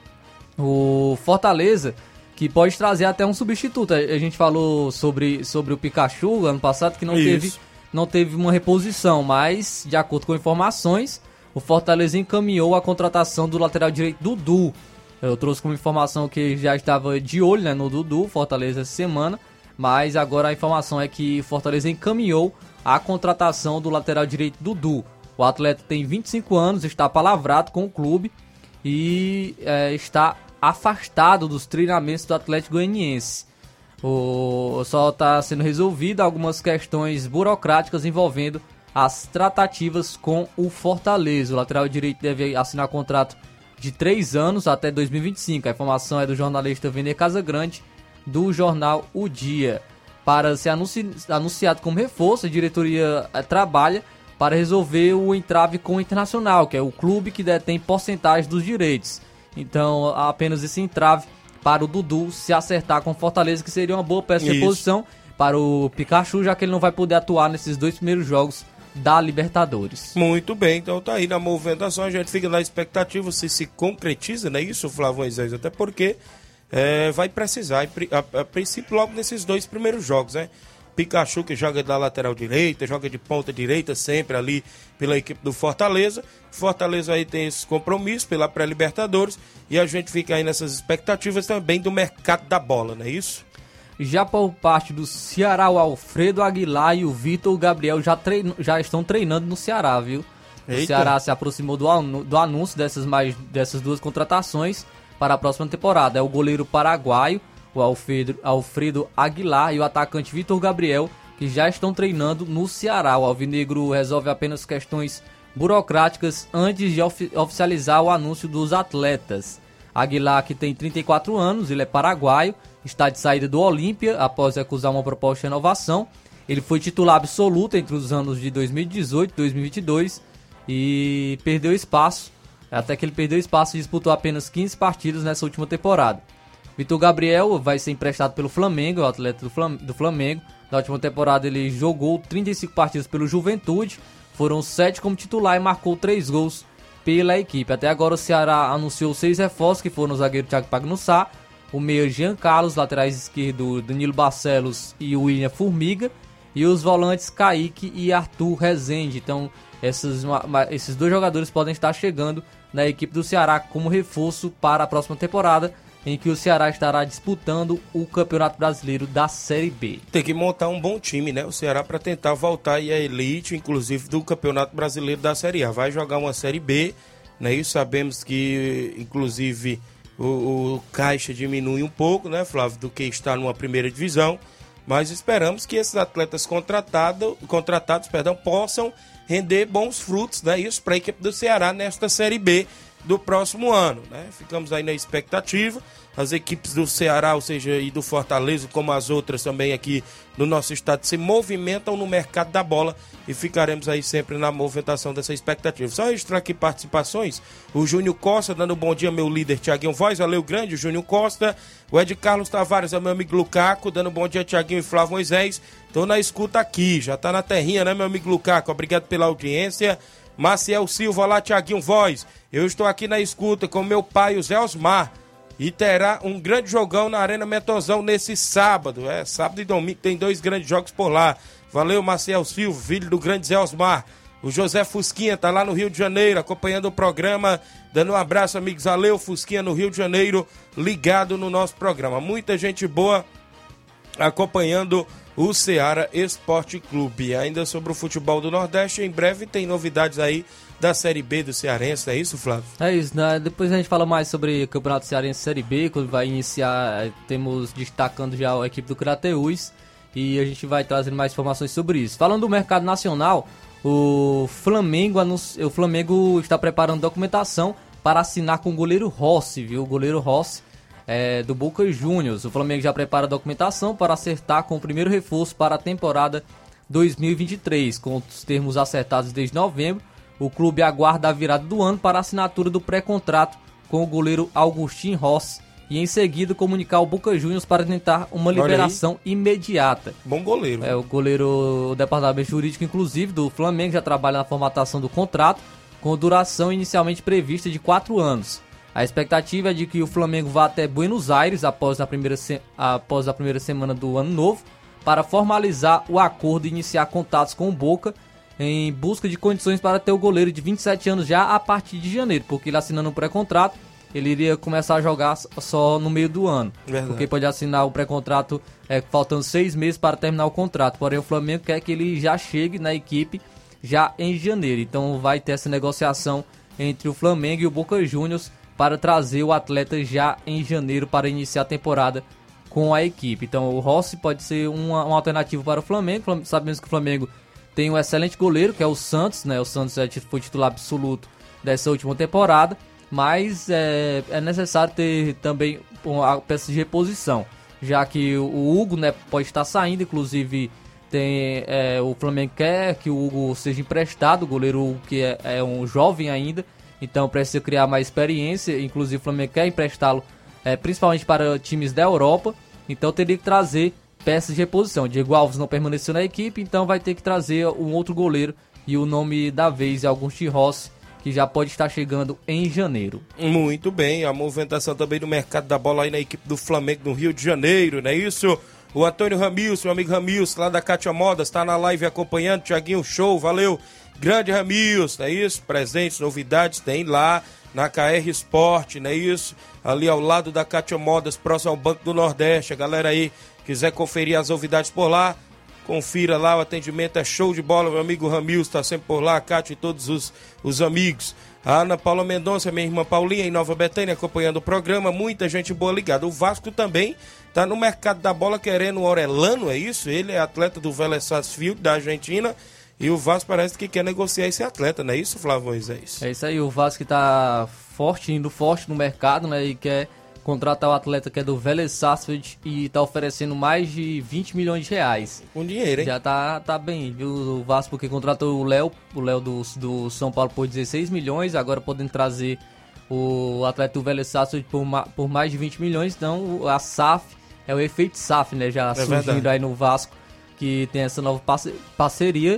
O Fortaleza, que pode trazer até um substituto. A gente falou sobre, sobre o Pikachu ano passado, que não teve, não teve uma reposição, mas de acordo com informações, o Fortaleza encaminhou a contratação do lateral direito Dudu. Eu trouxe como informação que já estava de olho, né, no Dudu, Fortaleza, essa semana, mas agora a informação é que o Fortaleza encaminhou a contratação do lateral direito Dudu. O atleta tem vinte e cinco anos, está palavrado com o clube e é, está afastado dos treinamentos do Atlético Goianiense. O, só está sendo resolvido algumas questões burocráticas envolvendo as tratativas com o Fortaleza. O lateral direito deve assinar contrato de três anos até dois mil e vinte e cinco. A informação é do jornalista Vender Casagrande, do jornal O Dia. Para ser anunci... anunciado como reforço, a diretoria eh, trabalha para resolver o entrave com o Internacional, que é o clube que detém porcentagem dos direitos. Então, há apenas esse entrave para o Dudu se acertar com o Fortaleza, que seria uma boa peça de reposição para o Pikachu, já que ele não vai poder atuar nesses dois primeiros jogos da Libertadores. Muito bem, então tá aí na movimentação, a gente fica na expectativa se se concretiza, não é isso, Flávio Moisés? Até porque é, vai precisar, a, a, a princípio logo nesses dois primeiros jogos, né? Pikachu, que joga da lateral direita, joga de ponta direita sempre ali pela equipe do Fortaleza. Fortaleza aí tem esse compromisso pela pré-Libertadores e a gente fica aí nessas expectativas também do mercado da bola, não é isso? Já por parte do Ceará, o Alfredo Aguilar e o Vitor Gabriel já, trein... já estão treinando no Ceará, viu? Eita. O Ceará se aproximou do, anu... do anúncio dessas, mais... dessas duas contratações para a próxima temporada. É o goleiro paraguaio, o Alfredo, Alfredo Aguilar, e o atacante Vitor Gabriel, que já estão treinando no Ceará. O alvinegro resolve apenas questões burocráticas antes de ofi- oficializar o anúncio dos atletas. Aguilar, que tem trinta e quatro anos, ele é paraguaio, está de saída do Olímpia após recusar uma proposta de renovação. Ele foi titular absoluto entre os anos de dois mil e dezoito e dois mil e vinte e dois e perdeu espaço, até que ele perdeu espaço e disputou apenas quinze partidas nessa última temporada. Vitor Gabriel vai ser emprestado pelo Flamengo, o atleta do, Flam- do Flamengo. Na última temporada ele jogou trinta e cinco partidas pelo Juventude, foram sete como titular e marcou três gols pela equipe. Até agora o Ceará anunciou seis reforços, que foram o zagueiro Thiago Pagnussá, o meia Jean Carlos, laterais esquerdo Danilo Barcelos e o William Formiga, e os volantes Kaique e Arthur Rezende. Então esses, esses dois jogadores podem estar chegando na equipe do Ceará como reforço para a próxima temporada, em que o Ceará estará disputando o Campeonato Brasileiro da Série B. Tem que montar um bom time, né? O Ceará para tentar voltar aí à elite, inclusive do Campeonato Brasileiro da Série A. Vai jogar uma Série B, né? E sabemos que, inclusive, o, o caixa diminui um pouco, né, Flávio, do que está numa primeira divisão. Mas esperamos que esses atletas contratado, contratados perdão, possam render bons frutos, né? Isso para a equipe do Ceará nesta Série B do próximo ano, né? Ficamos aí na expectativa. As equipes do Ceará, ou seja, e do Fortaleza, como as outras também aqui no nosso estado, se movimentam no mercado da bola e ficaremos aí sempre na movimentação dessa expectativa. Só registrar aqui participações. O Júnior Costa dando bom dia, meu líder Thiaguinho Voz, valeu grande, o Júnior Costa. O Ed Carlos Tavares, é meu amigo Lucaco, dando bom dia, Thiaguinho e Flávio Moisés. Tô na escuta aqui, já tá na terrinha, né, meu amigo Lucaco? Obrigado pela audiência. Maciel Silva, lá, Thiaguinho Voz. Eu estou aqui na escuta com meu pai, o Zé Osmar. E terá um grande jogão na Arena Metozão nesse sábado. É, sábado e domingo tem dois grandes jogos por lá. Valeu, Maciel Silva, filho do grande Zé Osmar. O José Fusquinha tá lá no Rio de Janeiro, acompanhando o programa. Dando um abraço, amigos. Valeu, Fusquinha, no Rio de Janeiro, ligado no nosso programa. Muita gente boa acompanhando o Ceará Esporte Clube. Ainda sobre o futebol do Nordeste, em breve tem novidades aí da Série B do Cearense, é isso, Flávio? É isso, né? Depois a gente fala mais sobre o Campeonato Cearense Série B, quando vai iniciar, temos destacando já a equipe do Crateús e a gente vai trazendo mais informações sobre isso. Falando do mercado nacional, o Flamengo, anunci... o Flamengo está preparando documentação para assinar com o goleiro Rossi, viu? O goleiro Rossi é, do Boca Juniors. O Flamengo já prepara a documentação para acertar com o primeiro reforço para a temporada dois mil e vinte e três, com os termos acertados desde novembro. O clube aguarda a virada do ano para a assinatura do pré-contrato com o goleiro Augustin Rossi e em seguida comunicar ao Boca Juniors para tentar uma liberação imediata. Bom goleiro. É, o goleiro, o departamento jurídico, inclusive, do Flamengo já trabalha na formatação do contrato com duração inicialmente prevista de quatro anos. A expectativa é de que o Flamengo vá até Buenos Aires após a primeira, se... após a primeira semana do ano novo para formalizar o acordo e iniciar contatos com o Boca em busca de condições para ter o goleiro de vinte e sete anos já a partir de janeiro, porque ele assinando um pré-contrato, ele iria começar a jogar só no meio do ano. Verdade. Porque pode assinar o pré-contrato é, faltando seis meses para terminar o contrato, porém o Flamengo quer que ele já chegue na equipe já em janeiro, então vai ter essa negociação entre o Flamengo e o Boca Juniors para trazer o atleta já em janeiro para iniciar a temporada com a equipe. Então o Rossi pode ser uma, uma alternativa para o Flamengo. Sabemos que o Flamengo tem um excelente goleiro, que é o Santos, né? O Santos foi titular absoluto dessa última temporada, mas é, é necessário ter também uma peça de reposição, já que o Hugo, né, pode estar saindo, inclusive tem, é, o Flamengo quer que o Hugo seja emprestado, o goleiro Hugo, que é, é um jovem ainda, então precisa criar mais experiência, inclusive o Flamengo quer emprestá-lo é, principalmente para times da Europa, então teria que trazer peças de reposição. Diego Alves não permaneceu na equipe, então vai ter que trazer um outro goleiro, e o nome da vez é Augustin Rossi, que já pode estar chegando em janeiro. Muito bem, a movimentação também do mercado da bola aí na equipe do Flamengo no Rio de Janeiro, não é isso? O Antônio Ramilson, meu amigo Ramilson, lá da Cátia Modas, está na live acompanhando, Thiaguinho, show, valeu, grande Ramilson, não é isso? Presentes, novidades, tem lá na K R Sport, não é isso? Ali ao lado da Cátia Modas, próximo ao Banco do Nordeste, a galera aí quiser conferir as novidades por lá, confira lá, o atendimento é show de bola, meu amigo Ramil está sempre por lá, a Cátia e todos os, os amigos. A Ana Paula Mendonça, minha irmã Paulinha, em Nova Betânia, acompanhando o programa, muita gente boa ligada. O Vasco também está no mercado da bola querendo o Orelano, é isso? Ele é atleta do Vélez Sarsfield, da Argentina, e o Vasco parece que quer negociar esse atleta, não é isso, Flávio Moisés? É isso aí, o Vasco está forte, indo forte no mercado, né, e quer contratar o atleta que é do Vélez Sarsfield e tá oferecendo mais de vinte milhões de reais. Com dinheiro, hein? Já tá, tá bem, viu? O Vasco, porque contratou o Léo, o Léo do, do São Paulo por dezesseis milhões, agora podendo trazer o atleta do Vélez Sarsfield por, por mais de vinte milhões, então a S A F, é o efeito S A F, né? Já é surgindo verdade. Aí no Vasco, que tem essa nova parceria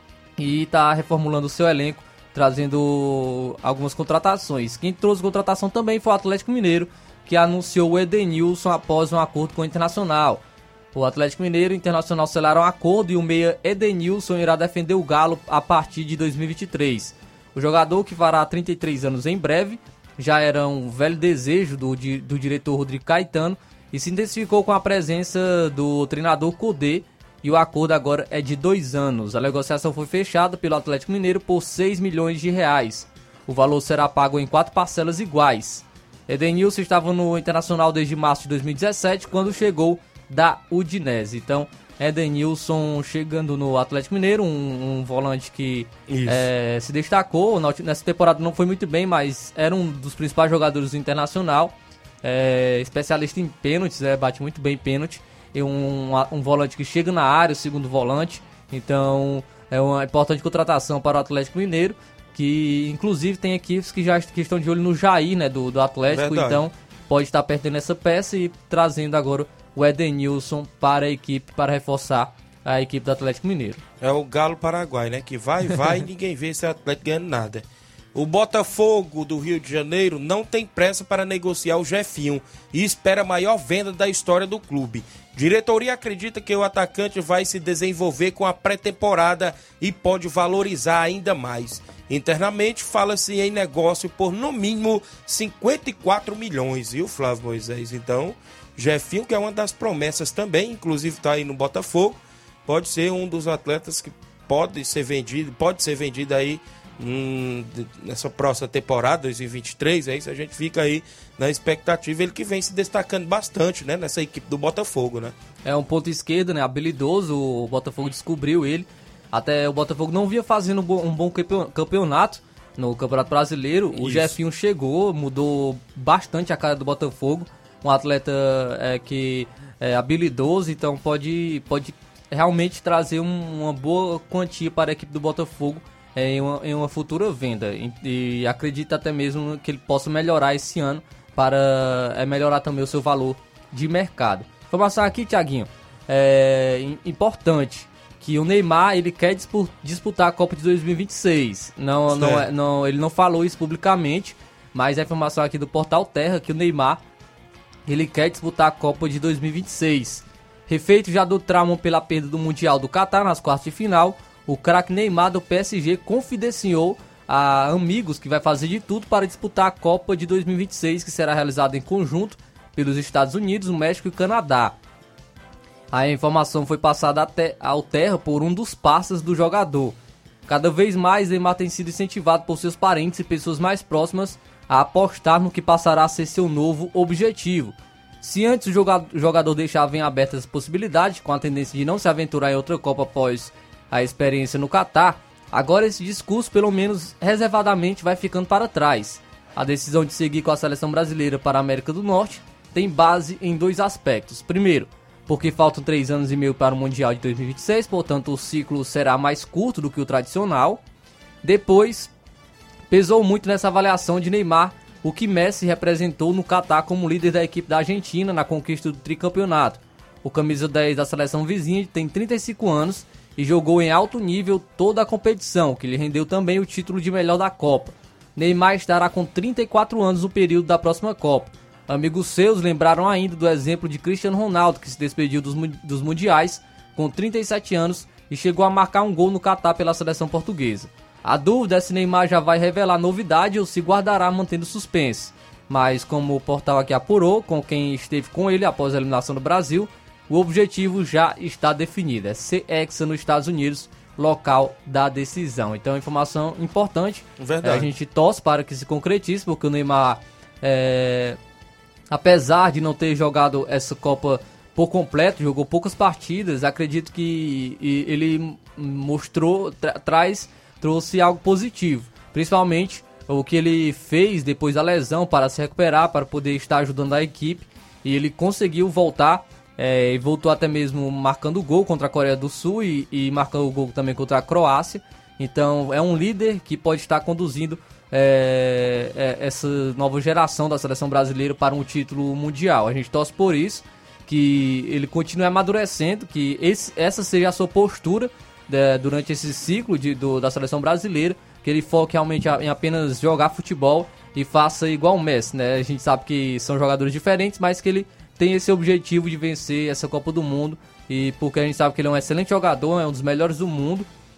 e tá reformulando o seu elenco, trazendo algumas contratações. Quem trouxe contratação também foi o Atlético Mineiro, que anunciou o Edenilson após um acordo com o Internacional. O Atlético Mineiro e o Internacional selaram um acordo e o meia Edenilson irá defender o Galo a partir de dois mil e vinte e três. O jogador, que fará trinta e três anos em breve, já era um velho desejo do, do diretor Rodrigo Caetano e se intensificou com a presença do treinador Cudê, e o acordo agora é de dois anos. A negociação foi fechada pelo Atlético Mineiro por seis milhões de reais. O valor será pago em quatro parcelas iguais. Edenilson estava no Internacional desde março de dois mil e dezessete, quando chegou da Udinese. Então, Edenilson chegando no Atlético Mineiro, um, um volante que é, se destacou. Nessa temporada não foi muito bem, mas era um dos principais jogadores do Internacional. É, especialista em pênaltis, é, bate muito bem pênalti. E um, um volante que chega na área, o segundo volante. Então, é uma importante contratação para o Atlético Mineiro, que inclusive tem equipes que já que estão de olho no Jair, né, do, do Atlético. Verdade. Então pode estar perdendo essa peça e trazendo agora o Edenilson para a equipe, para reforçar a equipe do Atlético Mineiro. É o Galo Paraguai, né, que vai, vai e ninguém vê esse Atlético ganhando nada. O Botafogo do Rio de Janeiro não tem pressa para negociar o Jefinho e espera a maior venda da história do clube. Diretoria acredita que o atacante vai se desenvolver com a pré-temporada e pode valorizar ainda mais. Internamente, fala-se em negócio por no mínimo cinquenta e quatro milhões, viu, Flávio Moisés? Então, Jefinho, que é uma das promessas também, inclusive está aí no Botafogo, pode ser um dos atletas que pode ser vendido, pode ser vendido aí hum, nessa próxima temporada, dois mil e vinte e três, é isso, a gente fica aí na expectativa, ele que vem se destacando bastante, né, nessa equipe do Botafogo, né? É um ponto esquerdo, né, habilidoso, o Botafogo descobriu ele. Até o Botafogo não vinha fazendo um bom campeonato no Campeonato Brasileiro. Isso. O Jefinho chegou, mudou bastante a cara do Botafogo. Um atleta é, que é habilidoso, então pode, pode realmente trazer um, uma boa quantia para a equipe do Botafogo é, em, uma, em uma futura venda. E, e acredito até mesmo que ele possa melhorar esse ano para é, melhorar também o seu valor de mercado. Informação aqui, Thiaguinho, é importante. Que o Neymar, ele quer disputar a Copa de dois mil e vinte e seis. Não, não, é, não, ele não falou isso publicamente, mas a informação aqui do Portal Terra que o Neymar, ele quer disputar a Copa de dois mil e vinte e seis. Refeito já do trauma pela perda do Mundial do Catar nas quartas de final, o craque Neymar do P S G confidenciou a amigos que vai fazer de tudo para disputar a Copa de dois mil e vinte e seis, que será realizada em conjunto pelos Estados Unidos, o México e o Canadá. A informação foi passada até ao Terra por um dos parceiros do jogador. Cada vez mais, Neymar tem sido incentivado por seus parentes e pessoas mais próximas a apostar no que passará a ser seu novo objetivo. Se antes o jogador deixava em abertas as possibilidades, com a tendência de não se aventurar em outra Copa após a experiência no Catar, agora esse discurso, pelo menos reservadamente, vai ficando para trás. A decisão de seguir com a seleção brasileira para a América do Norte tem base em dois aspectos. Primeiro, porque faltam três anos e meio para o Mundial de dois mil e vinte e seis, portanto o ciclo será mais curto do que o tradicional. Depois, pesou muito nessa avaliação de Neymar o que Messi representou no Catar como líder da equipe da Argentina na conquista do tricampeonato. O camisa dez da seleção vizinha tem trinta e cinco anos e jogou em alto nível toda a competição, que lhe rendeu também o título de melhor da Copa. Neymar estará com trinta e quatro anos no período da próxima Copa. Amigos seus lembraram ainda do exemplo de Cristiano Ronaldo, que se despediu dos, dos mundiais com trinta e sete anos e chegou a marcar um gol no Catar pela seleção portuguesa. A dúvida é se Neymar já vai revelar novidade ou se guardará mantendo suspense. Mas como o portal aqui apurou, com quem esteve com ele após a eliminação do Brasil, o objetivo já está definido, é ser hexa nos Estados Unidos, local da decisão. Então, informação importante. Verdade. É, a gente torce para que se concretize, porque o Neymar... É... Apesar de não ter jogado essa Copa por completo, jogou poucas partidas, acredito que ele mostrou, tra- traz, trouxe algo positivo. Principalmente o que ele fez depois da lesão para se recuperar, para poder estar ajudando a equipe. E ele conseguiu voltar, é, e voltou até mesmo marcando gol contra a Coreia do Sul e, e marcando o gol também contra a Croácia. Então é um líder que pode estar conduzindo É, é, essa nova geração da seleção brasileira para um título mundial. A gente torce por isso, que ele continue amadurecendo, que esse, essa seja a sua postura de, durante esse ciclo de, do, da seleção brasileira, que ele foque realmente em apenas jogar futebol e faça igual o Messi, né? A gente sabe que são jogadores diferentes, mas que ele tem esse objetivo de vencer essa Copa do Mundo, e porque a gente sabe que ele é um excelente jogador, é um dos melhores do mundo,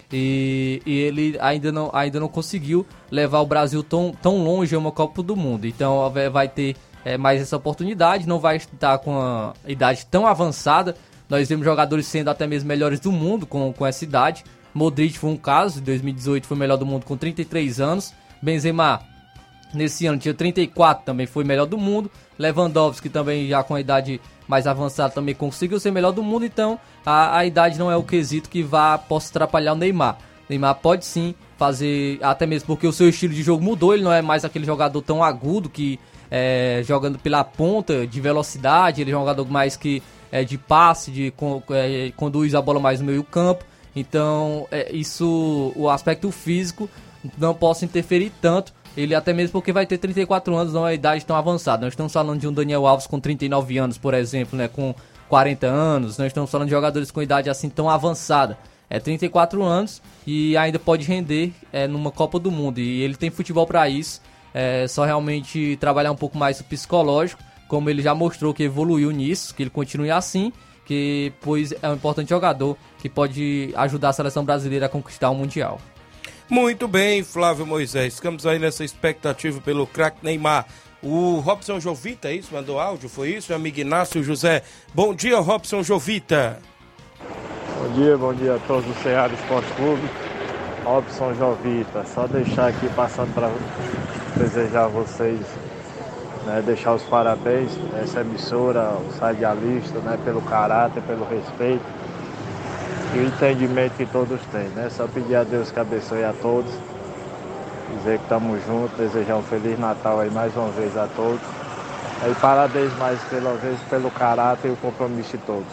E, e ele ainda não, ainda não conseguiu levar o Brasil tão, tão longe a uma Copa do Mundo. Então vai ter é, mais essa oportunidade, não vai estar com a idade tão avançada. Nós vemos jogadores sendo até mesmo melhores do mundo com, com essa idade. Modric foi um caso, em dois mil e dezoito foi o melhor do mundo com trinta e três anos. Benzema, nesse ano, tinha trinta e quatro, também foi melhor do mundo. Lewandowski, também já com a idade mais avançada, também conseguiu ser melhor do mundo. Então, a, a idade não é o quesito que vá, possa atrapalhar o Neymar. O Neymar pode sim fazer, até mesmo porque o seu estilo de jogo mudou. Ele não é mais aquele jogador tão agudo que é, jogando pela ponta, de velocidade. Ele é um jogador mais que é, de passe, de é, conduz a bola mais no meio campo. Então, é, isso, o aspecto físico não possa interferir tanto. Ele até mesmo porque vai ter trinta e quatro anos, não é uma idade tão avançada. Nós estamos falando de um Daniel Alves com trinta e nove anos, por exemplo, né, com quarenta anos. Nós estamos falando de jogadores com idade assim tão avançada. É trinta e quatro anos e ainda pode render é, numa Copa do Mundo. E ele tem futebol para isso. É só realmente trabalhar um pouco mais o psicológico, como ele já mostrou que evoluiu nisso, que ele continue assim, que pois é um importante jogador que pode ajudar a seleção brasileira a conquistar o Mundial. Muito bem, Flávio Moisés. Ficamos aí nessa expectativa pelo craque Neymar. O Robson Jovita, é isso? Mandou áudio, foi isso? Meu amigo Inácio José. Bom dia, Robson Jovita. Bom dia, bom dia a todos do Ceará Esporte Clube. Robson Jovita. Só deixar aqui passando para desejar a vocês, né, deixar os parabéns a essa emissora, os radialistas, né, pelo caráter, pelo respeito e o entendimento que todos têm, né? Só pedir a Deus que abençoe a todos, dizer que estamos juntos, desejar um Feliz Natal aí mais uma vez a todos. E parabéns mais pela vez pelo caráter e o compromisso de todos.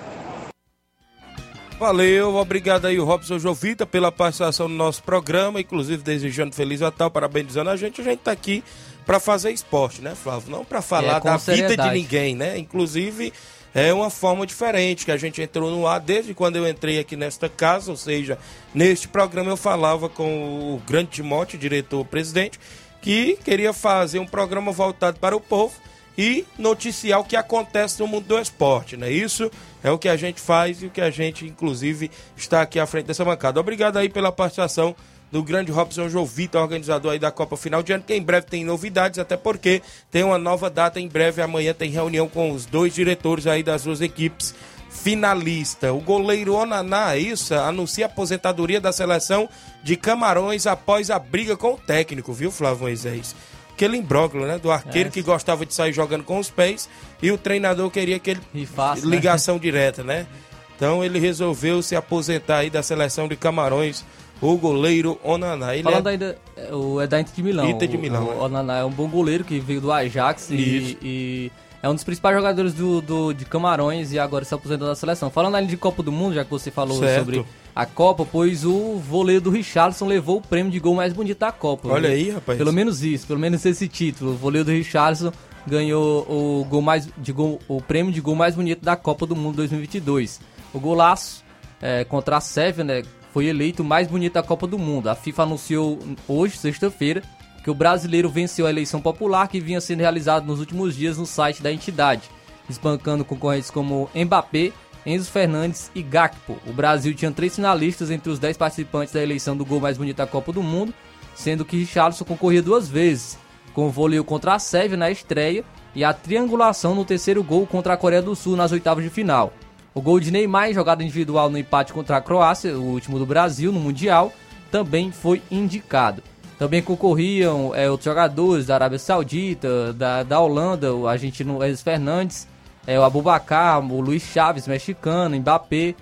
Valeu, obrigado aí o Robson Jovita pela participação no nosso programa, inclusive desejando Feliz Natal, parabenizando a gente. A gente tá aqui para fazer esporte, né, Flávio? Não para falar é, da seriedade. Vida de ninguém, né? Inclusive é uma forma diferente que a gente entrou no ar desde quando eu entrei aqui nesta casa, ou seja, neste programa eu falava com o grande Timóteo, diretor-presidente, que queria fazer um programa voltado para o povo e noticiar o que acontece no mundo do esporte, né? Isso é o que a gente faz e o que a gente, inclusive, está aqui à frente dessa bancada. Obrigado aí pela participação do grande Robson Jovita, organizador aí da Copa Final de Ano, que em breve tem novidades, até porque tem uma nova data em breve. Amanhã tem reunião com os dois diretores aí das duas equipes finalistas. O goleiro Onaná, isso, anuncia a aposentadoria da seleção de Camarões após a briga com o técnico, viu, Flávio Moisés? Aquele imbróglio, né, do arqueiro é. que gostava de sair jogando com os pés e o treinador queria aquele fácil, ligação né? direta, né? Então ele resolveu se aposentar aí da seleção de Camarões, o goleiro Onaná. Ele Falando é... ainda, o, é da Inter de Milão. Inter de Milão. O, o Onaná é um bom goleiro que veio do Ajax e, e é um dos principais jogadores do, do, de Camarões e agora se aposentou da seleção. Falando ali de Copa do Mundo, já que você falou certo. sobre a Copa, pois o voleio do Richarlison levou o prêmio de gol mais bonito da Copa. Olha viu? aí, rapaz. Pelo menos isso, pelo menos esse título. O voleio do Richarlison ganhou o, gol mais, de gol, o prêmio de gol mais bonito da Copa do Mundo dois mil e vinte e dois. O golaço é, contra a Sérvia, né, foi eleito o mais bonito da Copa do Mundo. A FIFA anunciou hoje, sexta-feira, que o brasileiro venceu a eleição popular que vinha sendo realizada nos últimos dias no site da entidade, espancando concorrentes como Mbappé, Enzo Fernandes e Gakpo. O Brasil tinha três finalistas entre os dez participantes da eleição do gol mais bonito da Copa do Mundo, sendo que Richarlison concorria duas vezes, com o voleio contra a Sérvia na estreia e a triangulação no terceiro gol contra a Coreia do Sul nas oitavas de final. O gol de Neymar, em jogada individual no empate contra a Croácia, o último do Brasil no Mundial, também foi indicado. Também concorriam é, outros jogadores da Arábia Saudita, da, da Holanda, o argentino Enzo Fernandes, é, o Abubakar, o Luiz Chaves, mexicano, Mbappé,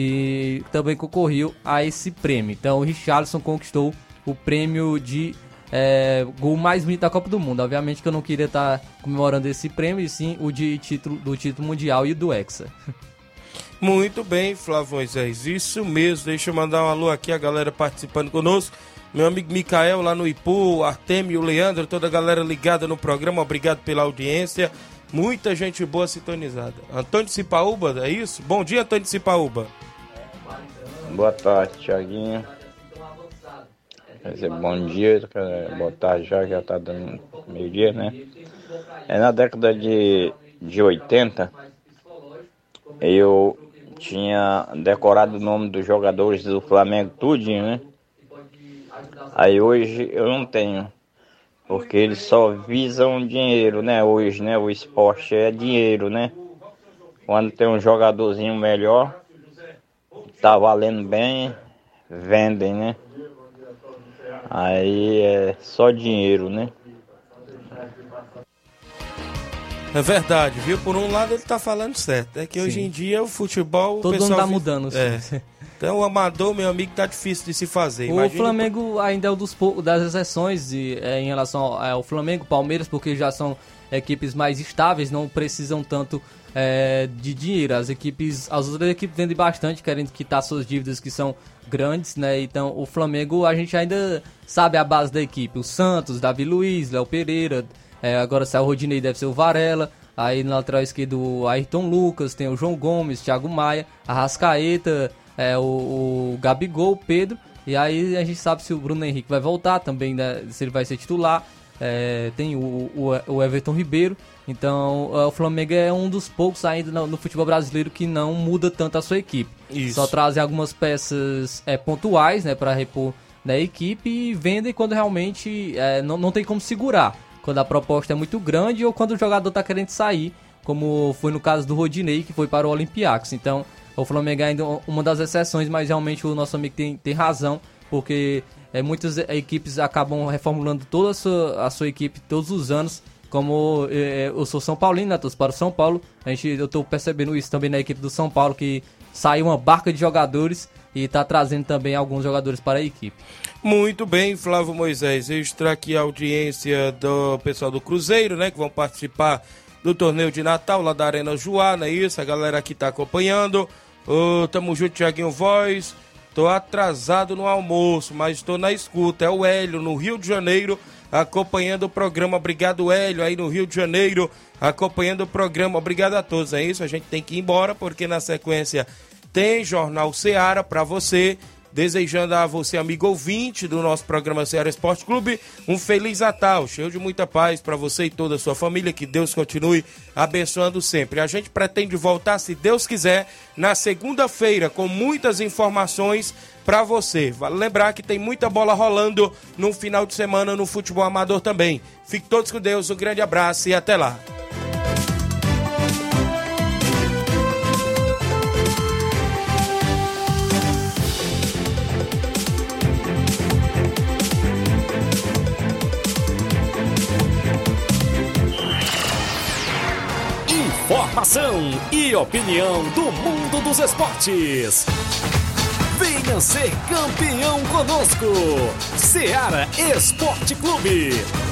e também concorreu a esse prêmio. Então o Richarlison conquistou o prêmio de é, gol mais bonito da Copa do Mundo. Obviamente que eu não queria estar comemorando esse prêmio, e sim o de título, do título mundial e do Hexa. Muito bem, Flávio Moisés, isso mesmo. Deixa eu mandar um alô aqui, a galera participando conosco. Meu amigo Micael lá no Ipu, o Artemio, o Leandro, toda a galera ligada no programa, obrigado pela audiência. Muita gente boa sintonizada. Antônio de Cipaúba, é isso? Bom dia, Antônio de Cipaúba. Boa tarde, Thiaguinho. Quer dizer, bom dia, boa tarde já, já tá dando meio-dia, né? É na década de, de oitenta, eu tinha decorado o nome dos jogadores do Flamengo tudinho, né? Aí hoje eu não tenho, porque eles só visam dinheiro, né? Hoje, né? O esporte é dinheiro, né? Quando tem um jogadorzinho melhor, tá valendo bem, vendem, né? Aí é só dinheiro, né? É verdade, viu? Por um lado ele tá falando certo. É que Sim. hoje em dia o futebol... Todo mundo tá mudando. É. Então o amador, meu amigo, tá difícil de se fazer. O Imagina Flamengo por... ainda é um dos, das exceções de, é, em relação ao, ao Flamengo, Palmeiras, porque já são equipes mais estáveis, não precisam tanto é, de dinheiro. As equipes, as outras equipes vendem bastante, querendo quitar suas dívidas que são grandes, né? Então o Flamengo, a gente ainda sabe a base da equipe. O Santos, Davi Luiz, Léo Pereira... É, agora sai o Rodinei, deve ser o Varela. Aí na lateral esquerda o Ayrton Lucas, tem o João Gomes, Thiago Maia, Arrascaeta, é, o, o Gabigol, o Pedro. E aí a gente sabe se o Bruno Henrique vai voltar também, né, se ele vai ser titular. É, tem o, o, o Everton Ribeiro. Então o Flamengo é um dos poucos ainda no, no futebol brasileiro que não muda tanto a sua equipe. Isso. Só trazem algumas peças é, pontuais, né, para repor da equipe e vendem quando realmente é, não, não tem como segurar. Quando a proposta é muito grande ou quando o jogador está querendo sair, como foi no caso do Rodinei, que foi para o Olympiacos. Então, o Flamengo é ainda uma das exceções, mas realmente o nosso amigo tem, tem razão, porque é, muitas equipes acabam reformulando toda a sua, a sua equipe todos os anos, como é, eu sou São Paulino, né, torço para o São Paulo, a gente, eu estou percebendo isso também na equipe do São Paulo, que saiu uma barca de jogadores e está trazendo também alguns jogadores para a equipe. Muito bem, Flávio Moisés, registrar aqui a audiência do pessoal do Cruzeiro, né, que vão participar do torneio de Natal lá da Arena Joá, não é isso? A galera aqui tá acompanhando. Ô, tamo junto, Thiaguinho Voz. Tô atrasado no almoço, mas estou na escuta. É o Hélio, no Rio de Janeiro, acompanhando o programa. Obrigado, Hélio, aí no Rio de Janeiro, acompanhando o programa. Obrigado a todos, é isso? A gente tem que ir embora, porque na sequência tem Jornal Seara pra você. Desejando a você, amigo ouvinte do nosso programa Seara Esporte Clube, um feliz Natal, cheio de muita paz para você e toda a sua família, que Deus continue abençoando sempre. A gente pretende voltar, se Deus quiser, na segunda-feira, com muitas informações para você. Vale lembrar que tem muita bola rolando no final de semana no futebol amador também. Fique todos com Deus, um grande abraço e até lá. Informação e opinião do mundo dos esportes. Venha ser campeão conosco. Seara Esporte Clube.